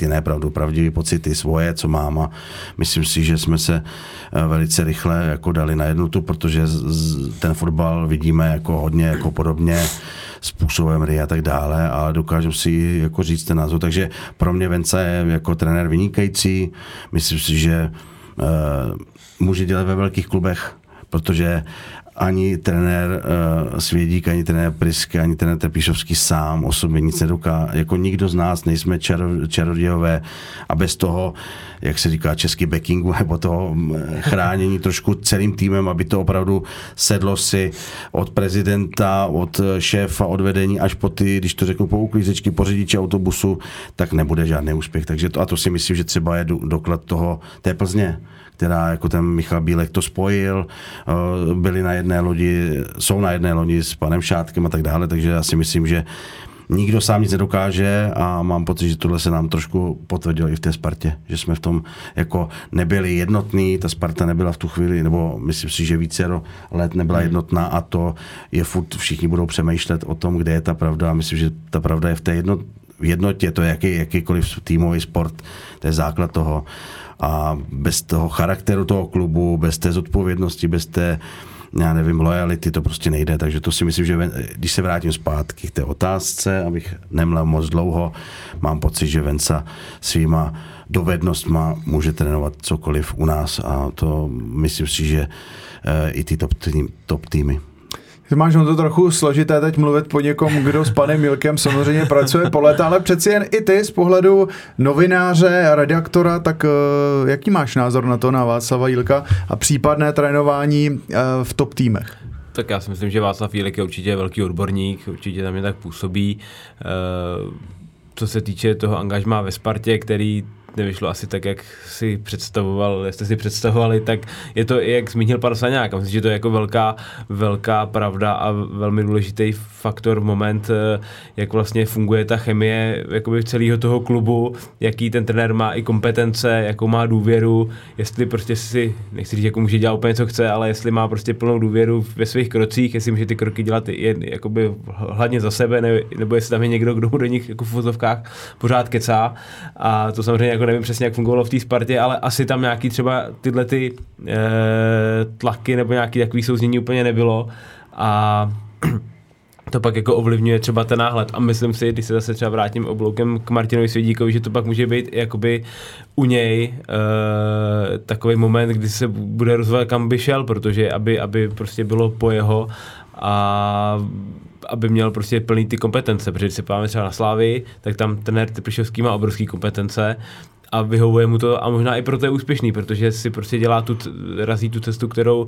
pocity svoje, co mám a myslím si, že jsme se velice rychle jako dali na jednotu, protože ten fotbal vidíme jako hodně jako podobně způsobem hry a tak dále, ale dokážu si jako říct ten názor. Takže pro mě Venca je jako trenér vynikající. Myslím si, že může dělat ve velkých klubech, protože ani trenér Svědík, ani trenér Priske, ani trenér Trpišovský sám o sobě nic nedokáže. Jako nikdo z nás nejsme čarodějové a bez toho, jak se říká, český backingu nebo toho chránění trošku celým týmem, aby to opravdu sedlo si od prezidenta, od šéfa, od vedení až po ty, když to řeknu, po uklízečky, po řidiče autobusu, tak nebude žádný úspěch. Takže to si myslím, že třeba je doklad toho té Plzně, která jako ten Michal Bílek to spojil, byli na jedné lodi, jsou na jedné lodi s panem Šátkem a tak dále, takže já si myslím, že nikdo sám nic nedokáže a mám pocit, že tohle se nám trošku potvrdilo i v té Spartě, že jsme v tom jako nebyli jednotní, ta Sparta nebyla v tu chvíli, nebo myslím si, že více let nebyla jednotná a to je furt, všichni budou přemýšlet o tom, kde je ta pravda a myslím, že ta pravda je v té jednotě, to je jakýkoliv týmový sport, to je základ toho. A bez toho charakteru toho klubu, bez té zodpovědnosti, bez té, já nevím, lojality, to prostě nejde. Takže to si myslím, že když se vrátím zpátky k té otázce, abych nemlel moc dlouho, mám pocit, že Venca svýma dovednostma může trénovat cokoliv u nás a to myslím si, že i ty top týmy.
Máš to trochu složité teď mluvit po někom, kdo s panem Milkem samozřejmě pracuje po léta, ale přeci jen i ty z pohledu novináře a redaktora, tak jaký máš názor na to, na Václava Jílka a případné trénování v top týmech?
Tak já si myslím, že Václav Jílek je určitě velký odborník, určitě tam je tak působí. Co se týče toho angažmá ve Spartě, který nevyšlo asi tak, jak si představoval, jste si představovali, tak je to, jak zmínil pan Saňák, a myslím, že to je jako velká pravda a velmi důležitý faktor, moment, jak vlastně funguje ta chemie jakoby celého toho klubu, jaký ten trenér má i kompetence, jakou má důvěru, jestli prostě si, nechci říct, jako může dělat úplně co chce, ale jestli má prostě plnou důvěru ve svých krocích, jestli může ty kroky dělat jakoby hlavně za sebe, nebo jestli tam je někdo, kdo mu do nich jako v vozovkách pořád kecá, a to samozřejmě jako nevím přesně, jak fungovalo v té Spartě, ale asi tam nějaký třeba tyhle ty tlaky nebo nějaký takový souznění úplně nebylo a to pak jako ovlivňuje třeba ten náhled a myslím si, když se zase třeba vrátím obloukem k Martinovi Svědíkovi, že to pak může být jakoby u něj takový moment, kdy se bude rozvíjet, kam by šel, protože aby prostě bylo po jeho a aby měl prostě plný ty kompetence, protože když se páme třeba na Slávii, tak tam trenér Trpišovský má obrovský kompetence a vyhovuje mu to a možná i proto je úspěšný, protože si prostě dělá razí tu cestu,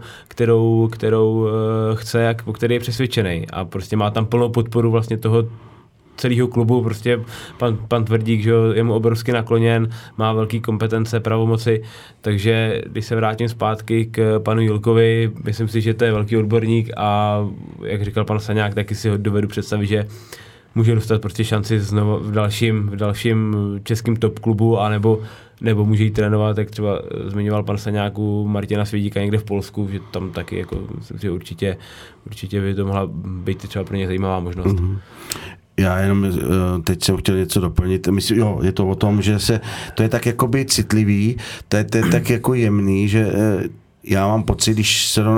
kterou chce, po který je přesvědčený a prostě má tam plnou podporu vlastně toho celého klubu, prostě pan Tvrdík, že je mu obrovsky nakloněn, má velký kompetence, pravomoci, takže když se vrátím zpátky k panu Jílkovi, myslím si, že to je velký odborník a jak říkal pan Saňák, taky si ho dovedu představit, že může dostat prostě šanci znovu v dalším českém top klubu, nebo může jít trénovat, jak třeba zmiňoval pan Saňáku Martina Svědíka někde v Polsku, že tam taky jako, myslím, že určitě by to mohla být třeba pro ně zajímavá možnost. Mm-hmm.
Já jenom teď jsem chtěl něco doplnit. Myslím, jo, je to o tom, že to je tak jakoby citlivý, to je tak jako jemný, že já mám pocit, když se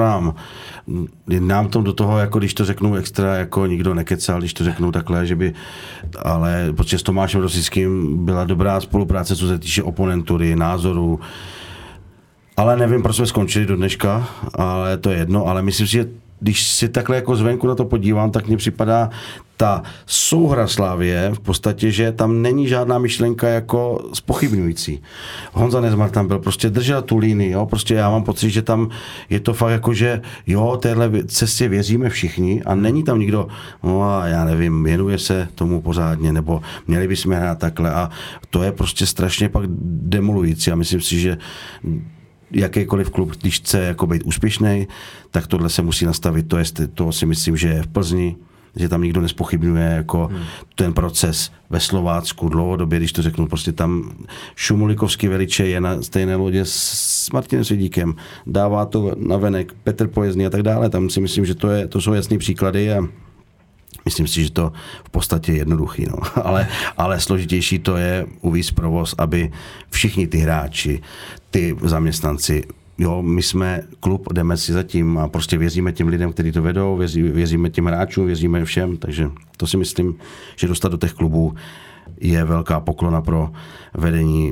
nám to do toho, jako když to řeknu extra, jako nikdo nekecal, když to řeknu takhle, že by, ale protože s Tomášem Rosickým byla dobrá spolupráce, co se týče oponentury, názorů, ale nevím, proč jsme skončili do dneška, ale to je jedno, ale myslím si, že když si takhle jako zvenku na to podívám, tak mně připadá ta souhra Slávie v podstatě, že tam není žádná myšlenka jako zpochybňující. Honza Nezmar tam byl, prostě držel tu línii, jo, prostě já mám pocit, že tam je to fakt jako, že jo, téhle cestě věříme všichni a není tam nikdo, no a já nevím, věnuje se tomu pořádně, nebo měli bychom hrát takhle a to je prostě strašně pak demolující a myslím si, že jakýkoliv klub, když chce jako být úspěšný, tak tohle se musí nastavit. To si myslím, že je v Plzni, že tam nikdo nespochybňuje jako ten proces ve Slovácku dlouhodobě, když to řeknu, prostě tam Šumulikovský Veliče je na stejné lodě s Martinem Svědíkem, dává to navenek Petr Pojezný a tak dále. Tam si myslím, že to jsou jasný příklady a myslím si, že to v podstatě je jednoduchý, no. Ale složitější to je uvést provoz, aby všichni ty hráči, ty zaměstnanci, jo, my jsme klub, jdeme si zatím a prostě věříme těm lidem, kteří to vedou, věříme těm hráčům, věříme všem, takže to si myslím, že dostat do těch klubů je velká poklona pro vedení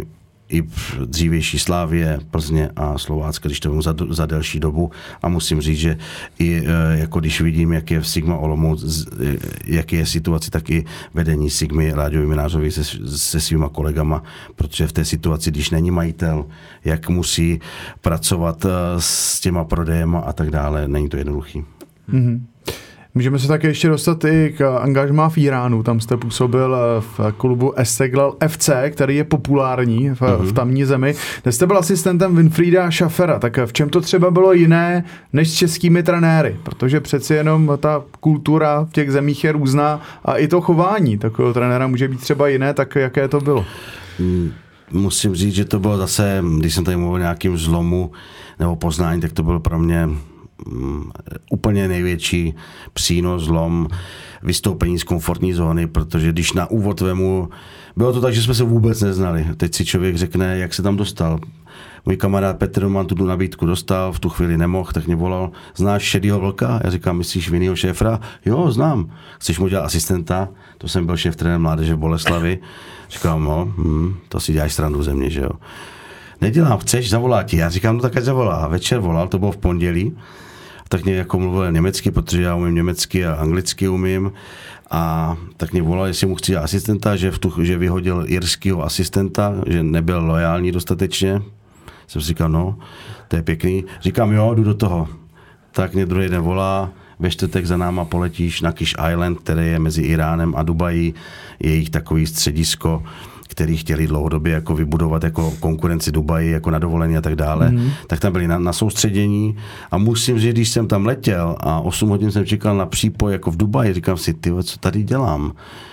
i dřívější Slávie, Plzně a Slovácka, když to vím za delší dobu. A musím říct, že i jako když vidím, jak je v Sigma Olomouc, jaké je situace, tak i vedení Sigmy Láďovi Minářovi se svýma kolegama, protože v té situaci, když není majitel, jak musí pracovat s těma prodejema a tak dále, není to jednoduchý.
Mm-hmm. Můžeme se také ještě dostat i k angažmá v Iránu. Tam jste působil v klubu Esteghlal FC, který je populární v tamní zemi. Kde jste byl asistentem Winfrieda Schaeffera. Tak v čem to třeba bylo jiné než s českými trenéry? Protože přeci jenom ta kultura v těch zemích je různá a i to chování takového trenéra může být třeba jiné, tak jaké to bylo?
Musím říct, že to bylo zase, když jsem tady mluvil o nějakým zlomu nebo poznání, tak to bylo pro mě úplně největší přínos, zlom, vystoupení z komfortní zóny, protože když na úvod vemu, bylo to tak, že jsme se vůbec neznali. Teď si člověk řekne, jak se tam dostal. Můj kamarád Petr Roman tu nabídku dostal, v tu chvíli nemohl, tak mě volal, znáš Šedýho Vlka? Já říkám, myslíš Vinnyho Schäeffera? Jo, znám. Chceš mu dělat asistenta? To jsem byl šéf trenér mládeže v Boleslavi. Říkám, no, to si děláš srandu ze mě, že jo. Nedělám, chceš, zavolá ti. Já říkám, no tak ať zavolá. A večer volal, to bylo v pondělí. Tak mě jako mluvil německy, protože já umím německy a anglicky umím. A tak mě volal, jestli mu chci dělat asistenta, že vyhodil irského asistenta, že nebyl lojální dostatečně. Jsem si říkal, no, to je pěkný. Říkám, jo, jdu do toho. Tak mě druhý den volá, ve čtvrtek za náma poletíš na Kish Island, který je mezi Iránem a Dubají, je jich takový středisko, který chtěli dlouhodobě jako vybudovat jako konkurenci Dubaji, jako na dovolení a tak dále, tak tam byli na soustředění a musím říct, když jsem tam letěl a 8 hodin jsem čekal na přípoj jako v Dubaji, říkám si, tyjo, co tady dělám?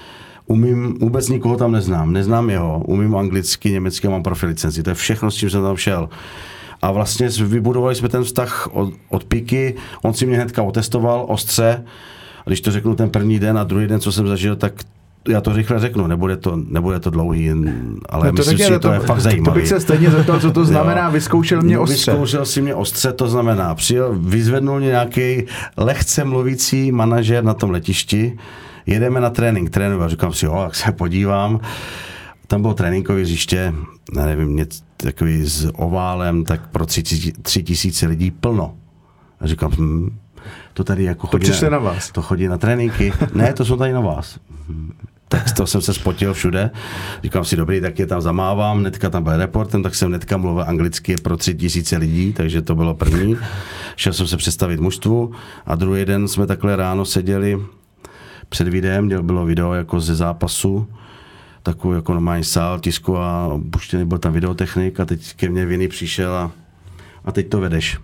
Vůbec nikoho tam neznám jeho, umím anglicky, německy, mám profilicenci, to je všechno, s čím jsem tam šel. A vlastně vybudovali jsme ten vztah od píky, on si mě hnedka otestoval ostře, a když to řeknu ten první den a druhý den, co jsem zažil, tak já to rychle řeknu, nebude to dlouhý, ale
no
myslím si, že to je fakt zajímavé.
To bych se stejně zeptal, co to znamená, vyzkoušel mě ostře.
Vyzkoušel si mě ostře, to znamená, vyzvednul mě nějaký lehce mluvící manažer na tom letišti, jedeme na tréninku, říkám si, jo, jak se podívám, tam bylo tréninkové hřiště, nevím, takový s oválem, tak pro 3 000 lidí plno. A říkám, to tady jako chodí na tréninky. Ne, to jsou tady na vás. Tak to jsem se spotil všude. Říkám si, dobrý, tak je tam zamávám, hnedka tam byl reportem, tak jsem hnedka mluvil anglicky pro 3 000 lidí, takže to bylo první. Šel jsem se představit mužstvu a druhý den jsme takhle ráno seděli před videem, bylo video jako ze zápasu, takový jako normální sál, tisku a puštěný byl tam videotechnik a teď ke mně Vinny přišel a teď to vedeš.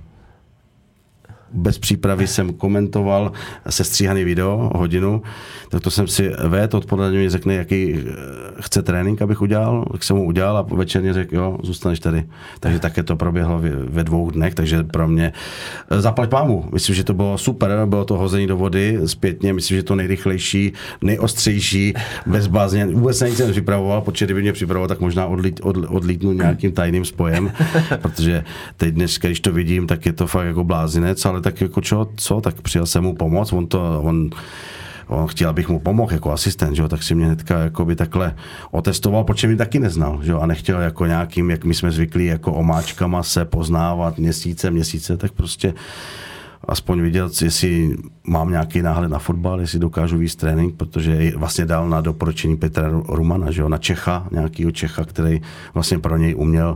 Bez přípravy jsem komentoval sestříhaný video, hodinu, tak to jsem si vedl, odpoledne mi řekne, jaký chce trénink, abych udělal, tak jsem mu udělal a večerně řekl, jo, zůstaneš tady. Takže také to proběhlo ve 2 dnech, takže pro mě zaplať pámu. Myslím, že to bylo super, bylo to hození do vody zpětně, myslím, že to nejrychlejší, nejostřejší, bezbázně, vůbec nic jsem připravoval, protože kdyby mě připravoval, tak možná odlítnu nějakým tajným spojem, protože teď dnes, když to vidím, tak je to fakt jako blázinec, ale tak jako co, tak přijel jsem mu pomoct, on chtěl, abych mu pomohl jako asistent, že jo, tak si mě hnedka jakoby takhle otestoval, protože mě taky neznal, že jo, a nechtěl jako nějakým, jak my jsme zvyklí, jako omáčkama se poznávat měsíce, tak prostě aspoň viděl, jestli mám nějaký náhled na fotbal, jestli dokážu víc trénink, protože vlastně dal na doporučení Petra Rumana, že jo, na Čecha, nějakýho Čecha, který vlastně pro něj uměl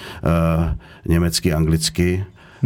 německy, anglicky,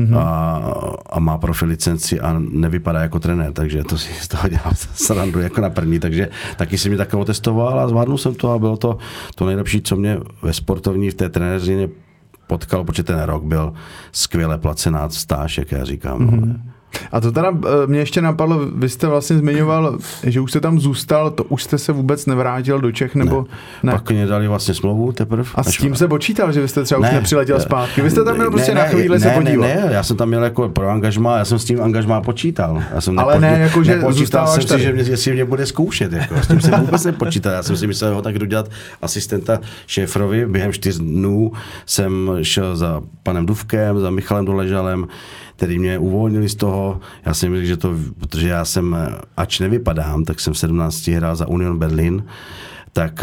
a má profilicenci a nevypadá jako trenér, takže to si z toho dělám srandu jako na první, takže taky si mě takovou testoval a zvládnul jsem to a bylo to nejlepší, co mě ve sportovní v té trenéřině potkalo, protože ten rok byl skvěle placená stáž, jak já říkám.
A to teda mě ještě napadlo, vy jste vlastně zmiňoval, že už jste tam zůstal, to už jste se vůbec nevrátil do Čech, nebo ne?
Pak mě dali vlastně smlouvu teprve.
A s tím se počítal, že vy jste třeba už nepřiletěl zpátky? Vy jste tam měl prostě na chvíli se podívat.
Ne, já jsem tam měl jako pro angažmá, já jsem s tím angažmá počítal.
Ale ne, jako že
zůstáváš tady. Jsem si, že jestli mě bude zkoušet, jako, s tím jsem vůbec nepočítal. Já jsem si myslel, tak jdu dělat asistenta Schäfferovi. Během 4 dnů jsem šel za panem Dufkem, za Michalem Doležalem, který mě uvolnili z toho. Já jsem řekl, že to, protože já jsem, ač nevypadám, tak jsem v 17 hrál za Union Berlin, tak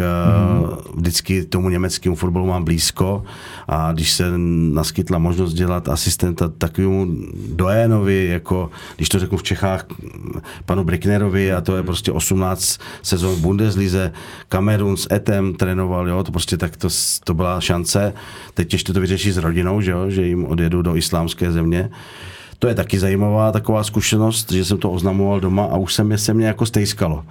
vždycky tomu německému fotbalu mám blízko a když se naskytla možnost dělat asistenta takovému Doénovi, jako když to řeknu v Čechách, panu Bricknerovi, a to je prostě 18 sezon v Bundeslize, Kamerun s Etem trénoval, jo, to prostě tak to byla šance. Teď ještě to vyřeší s rodinou, že jim odjedu do islámské země. To je taky zajímavá taková zkušenost, že jsem to oznamoval doma a už se mě jako stejskalo.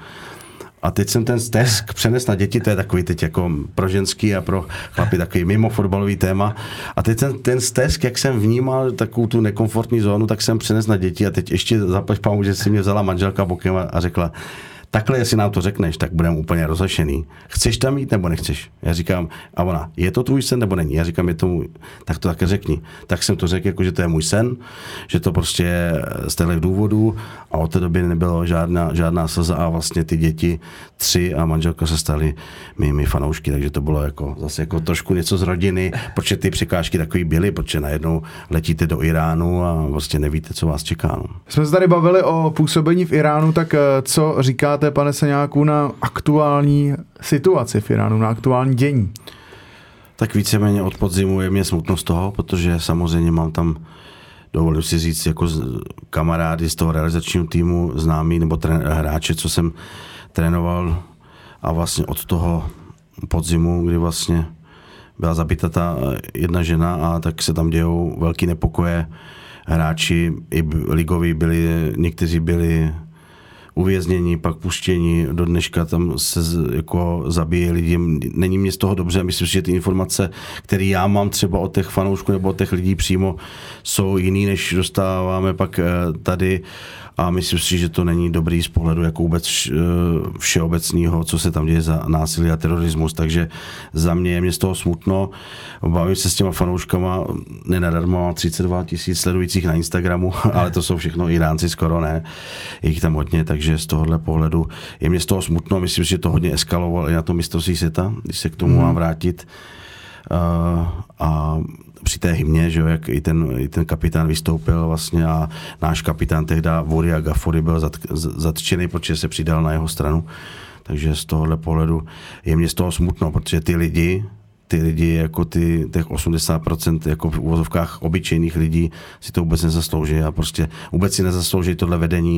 A teď jsem ten stesk přenes na děti, to je takový teď jako pro ženský a pro chlapy takový mimo fotbalový téma. A teď ten stesk, jak jsem vnímal takovou tu nekomfortní zónu, tak jsem přenes na děti a teď ještě zaplať pámu, že si mě vzala manželka bokem a řekla, takhle, jestli nám to řekneš, tak budeme úplně rozhašený. Chceš tam jít nebo nechceš? Já říkám, a ona, je to tvůj sen nebo není? Já říkám, je to můj, tak to také řekni. Tak jsem to řekl, jako, že to je můj sen, že to prostě je z těchto důvodů a od té doby nebylo žádná slza a vlastně ty děti 3 a manželka se staly mými fanoušky, takže to bylo jako zase jako trošku něco z rodiny, protože ty překážky takový byly, protože najednou letíte do Iránu a prostě nevíte, co vás čeká. No.
Jsme se tady bavili o působení v Iránu, tak co říkáte, pane Saňáku, na aktuální situaci v Iránu, na aktuální dění?
Tak víceméně od podzimu je mě smutno z toho, protože samozřejmě mám tam, dovolím si říct, jako kamarády z toho realizačního týmu, známí nebo hráče, co jsem trénoval, a vlastně od toho podzimu, kdy vlastně byla zabita ta jedna žena, a tak se tam dějou velký nepokoje. Hráči i ligoví někteří byli uvěznění, pak puštění, do dneška tam se jako zabíjí lidi. Není mě z toho dobře, myslím si, že ty informace, které já mám třeba od těch fanoušků nebo od těch lidí přímo, jsou jiný, než dostáváme pak tady, a myslím si, že to není dobrý z pohledu jako vůbec všeobecného, co se tam děje za násilí a terorismus, takže za mě je mě z toho smutno. Bavím se s těma fanouškama, nenadarmo mám 32 000 sledujících na Instagramu, ale to jsou všechno Iránci, skoro ne, je jich tam hodně, takže z tohohle pohledu je mě z toho smutno, myslím si, že to hodně eskalovalo i na to mistrovství světa, když se k tomu mám vrátit. A při té hymně, že jo, jak i ten kapitán vystoupil vlastně, a náš kapitán tehdy Voria Gafuri byl zatčený, protože se přidal na jeho stranu. Takže z tohohle pohledu je mě z toho smutno, protože ty lidi jako těch 80% jako v uvozovkách obyčejných lidí si to vůbec nezaslouží a prostě vůbec si nezaslouží tohle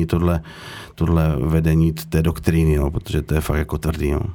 vedení té doktríny, no, protože to je fakt jako tvrdý. No.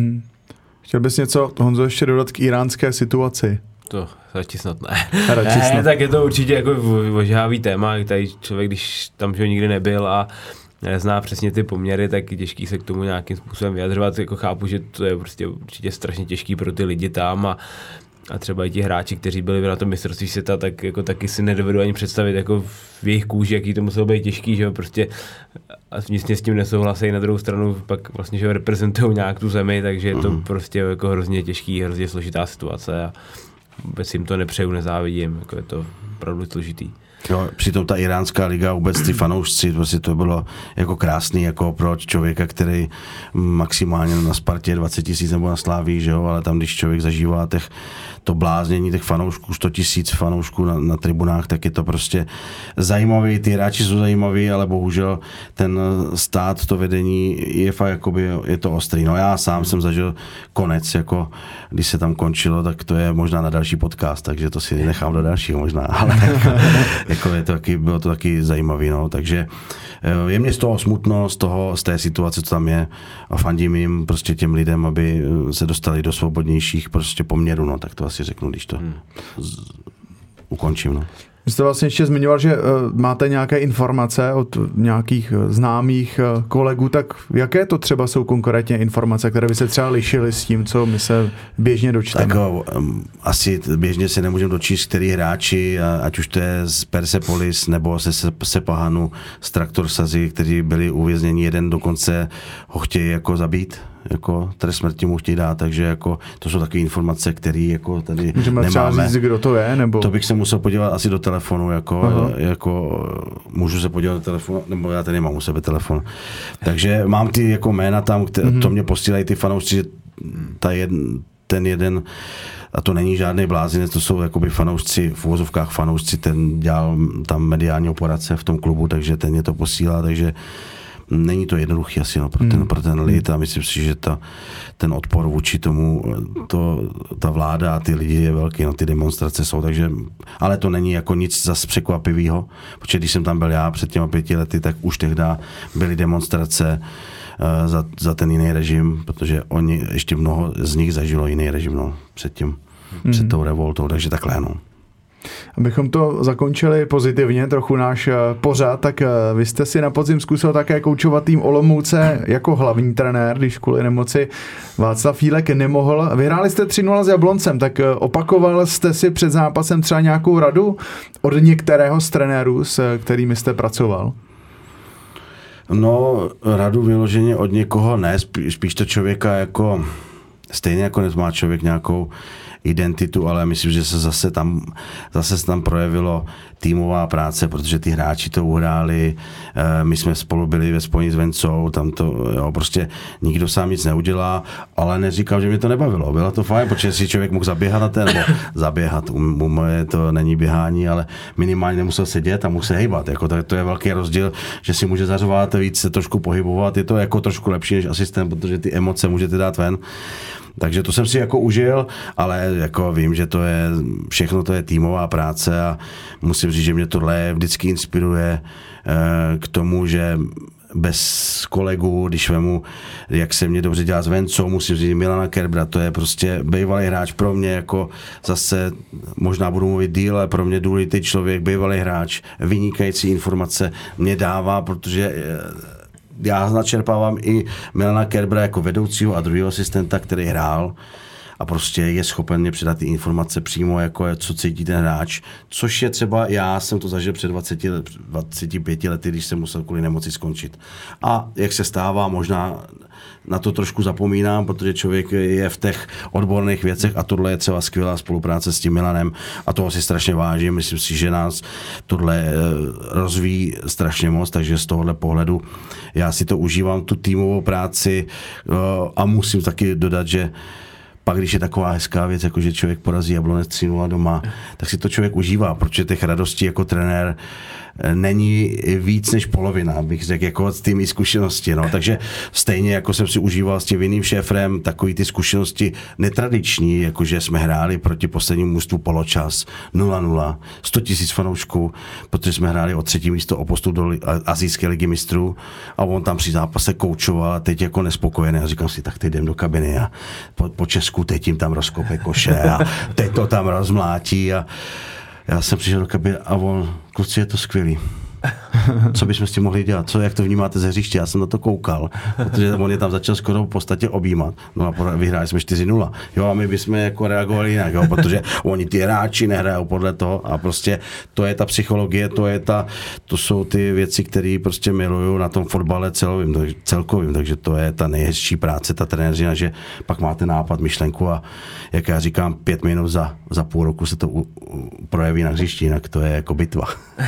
Chtěl bys něco, Honzo, ještě dodat k iránské situaci?
To radši snad ne. Tak je to určitě jako ožávý téma, tady člověk, když tam nikdy nebyl a nezná přesně ty poměry, tak je těžký se k tomu nějakým způsobem vyjadřovat. Jako chápu, že to je prostě určitě strašně těžký pro ty lidi tam, a třeba i ti hráči, kteří byli na tom mistrovství světa, tak jako taky si nedovedu ani představit jako v jejich kůži, jaký to muselo být těžký, že jo, prostě a vnitřně s tím nesouhlasí, na druhou stranu pak vlastně, že reprezentují nějak tu zemi, takže je to prostě jako hrozně těžký, hrozně složitá situace a vůbec jim to nepřeju, nezávidím, jako je to opravdu složitý.
Jo, přitom ta iránská liga, vůbec ty fanoušci, prostě to bylo jako krásný jako pro člověka, který maximálně na Spartě 20 000 nebo na Slávii, že jo, ale tam, když člověk zažívá to bláznění těch fanoušků, 100 000 fanoušků na tribunách, tak je to prostě zajímavý, ty hráči jsou zajímaví, ale bohužel ten stát, to vedení je fakt jakoby, je to ostrý. No já sám jsem zažil konec, jako když se tam končilo, tak to je možná na další podcast, takže to si nechám do dalšího možná, ale jako bylo to taky zajímavý, no, takže je mě z toho smutno, z té situace, co tam je, a fandím jim prostě těm lidem, aby se dostali do svobodnějších prostě poměrů, no, tak to asi řeknu, když to ukončím, no.
Vy jste vlastně ještě zmiňoval, že máte nějaké informace od nějakých známých kolegů, tak jaké to třeba jsou konkrétně informace, které by se třeba lišily s tím, co my se běžně dočteme?
Tak asi běžně se nemůžeme dočíst, který hráči, ať už to je z Persepolis nebo se Sepahanu, z Traktor Sazy, kteří byli uvězněni, jeden dokonce ho chtějí jako zabít, jako trest smrti mu chtějí dát, takže jako to jsou takové informace, které jako tady
můžeme
nemáme.
Třeba říct, kdo to je, nebo? To bych
se musel podívat asi do telefonu, jako můžu se podívat do telefonu, nebo já tady nemám u sebe telefon. Takže mám ty jako jména tam, to mě posílají ty fanoušci, že ten jeden, a to není žádný blázinec, to jsou jakoby fanoušci, v uvozovkách fanoušci, ten dělal tam mediálního poradce v tom klubu, takže ten mě to posílá, takže není to jednoduchý asi pro ten lid a myslím si, že ten odpor vůči tomu, ta vláda a ty lidi je velký, ty demonstrace jsou, takže, ale to není jako nic zas překvapivého, protože když jsem tam byl já před těma 5 lety, tak už tehdy byly demonstrace za ten jiný režim, protože oni, ještě mnoho z nich zažilo jiný režim, před tou revoltou, takže takhle,
Abychom to zakončili pozitivně, trochu náš pořad, tak vy jste si na podzim zkusil také koučovat tým Olomouce jako hlavní trenér, když kvůli nemoci Václav Jílek nemohl. Vyhráli jste 3-0 s Jabloncem, tak opakoval jste si před zápasem třeba nějakou radu od některého z trenérů, s kterými jste pracoval?
No, radu vyloženě od někoho ne, spíš to člověka jako, stejně jako má člověk nějakou identitu, ale myslím, že se zase tam projevilo týmová práce, protože ty hráči to uhráli, my jsme spolu byli ve spojení s Vencou, tam to, prostě nikdo sám nic neudělá, ale neříkal, že mě to nebavilo. Bylo to fajn, protože si člověk mohl zaběhat nebo zaběhat, moje to není běhání, ale minimálně nemusel sedět a musel se hejbat. Jako to je velký rozdíl, že si může zařovat, víc se trošku pohybovat, je to jako trošku lepší než asistent, protože ty emoce můžete dát ven. Takže to jsem si jako užil, ale jako vím, že všechno to je týmová práce a musím říct, že mě tohle vždycky inspiruje k tomu, že bez kolegů, když vemu, jak se mě dobře dělá s Vencou, musím říct Milana Kerbera, to je prostě bývalý hráč pro mě, jako zase možná budu mluvit díl, ale pro mě důležitý člověk, bývalý hráč, vynikající informace mě dává, protože já načerpávám i Milana Kerbera jako vedoucího a druhého asistenta, který hrál a prostě je schopen mě předat ty informace přímo, jako co cítí ten hráč, což je třeba, já jsem to zažil před 25 lety, když jsem musel kvůli nemoci skončit. A jak se stává, možná na to trošku zapomínám, protože člověk je v těch odborných věcech a tohle je třeba skvělá spolupráce s tím Milanem a toho si strašně vážím. Myslím si, že nás tohle rozvíjí strašně moc, takže z tohohle pohledu já si to užívám, tu týmovou práci a musím taky dodat, že pak, když je taková hezká věc, jako že člověk porazí Jablonec 3-0 doma, tak si to člověk užívá, protože těch radostí jako trenér není víc než polovina, bych řekl, jako s těmi zkušenosti. Takže stejně jako jsem si užíval s tím jiným šéfrem takový ty zkušenosti netradiční, jakože jsme hráli proti poslednímu mužstvu poločas 0-0, 100 000 fanoušků, protože jsme hráli o 3. místo o postup do Asijské ligy mistrů a on tam při zápase koučoval a teď jako nespokojený a říkám si, tak teď jdem do kabiny a po Česku teď jim tam rozkope koše a teď to tam rozmlátí a já jsem přišel do kabiny a on, kluci, je to skvělý. Co bychom s tím mohli dělat? Jak to vnímáte ze hřiště? Já jsem na to koukal, protože on je tam začal skoro v podstatě objímat. No a vyhráli jsme 4-0. Jo, a my bychom jako reagovali jinak, jo, protože oni ty hráči nehrajou podle toho a prostě to je ta psychologie, to jsou ty věci, které prostě miluju na tom fotbale celkovým, takže to je ta nejhezčí práce, ta trenéřina, že pak máte nápad, myšlenku a jak já říkám, 5 minut za půl roku se to projeví na hřišti, jinak to je jako bitva.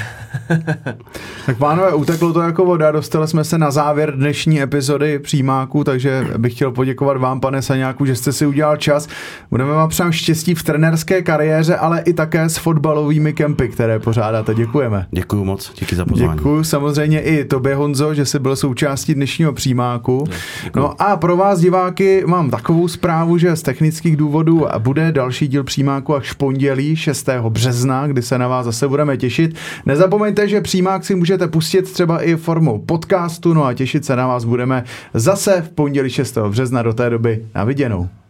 Tak pánové, uteklo to jako voda, dostali jsme se na závěr dnešní epizody Přímáku, takže bych chtěl poděkovat vám, pane Saňáku, že jste si udělal čas. Budeme vám přát štěstí v trenérské kariéře, ale i také s fotbalovými kempy, které pořádáte. Děkujeme.
Děkuju moc, díky za pozvání.
Děkuju samozřejmě i tobě, Honzo, že jsi byl součástí dnešního Přímáku. No a pro vás, diváky, mám takovou zprávu, že z technických důvodů bude další díl Přímáku až pondělí 6. března, kdy se na vás zase budeme těšit. Nezapomeňte, že Přímák si můžete pustit třeba i formou podcastu, no a těšit se na vás budeme zase v pondělí 6. března. Do té doby na viděnou.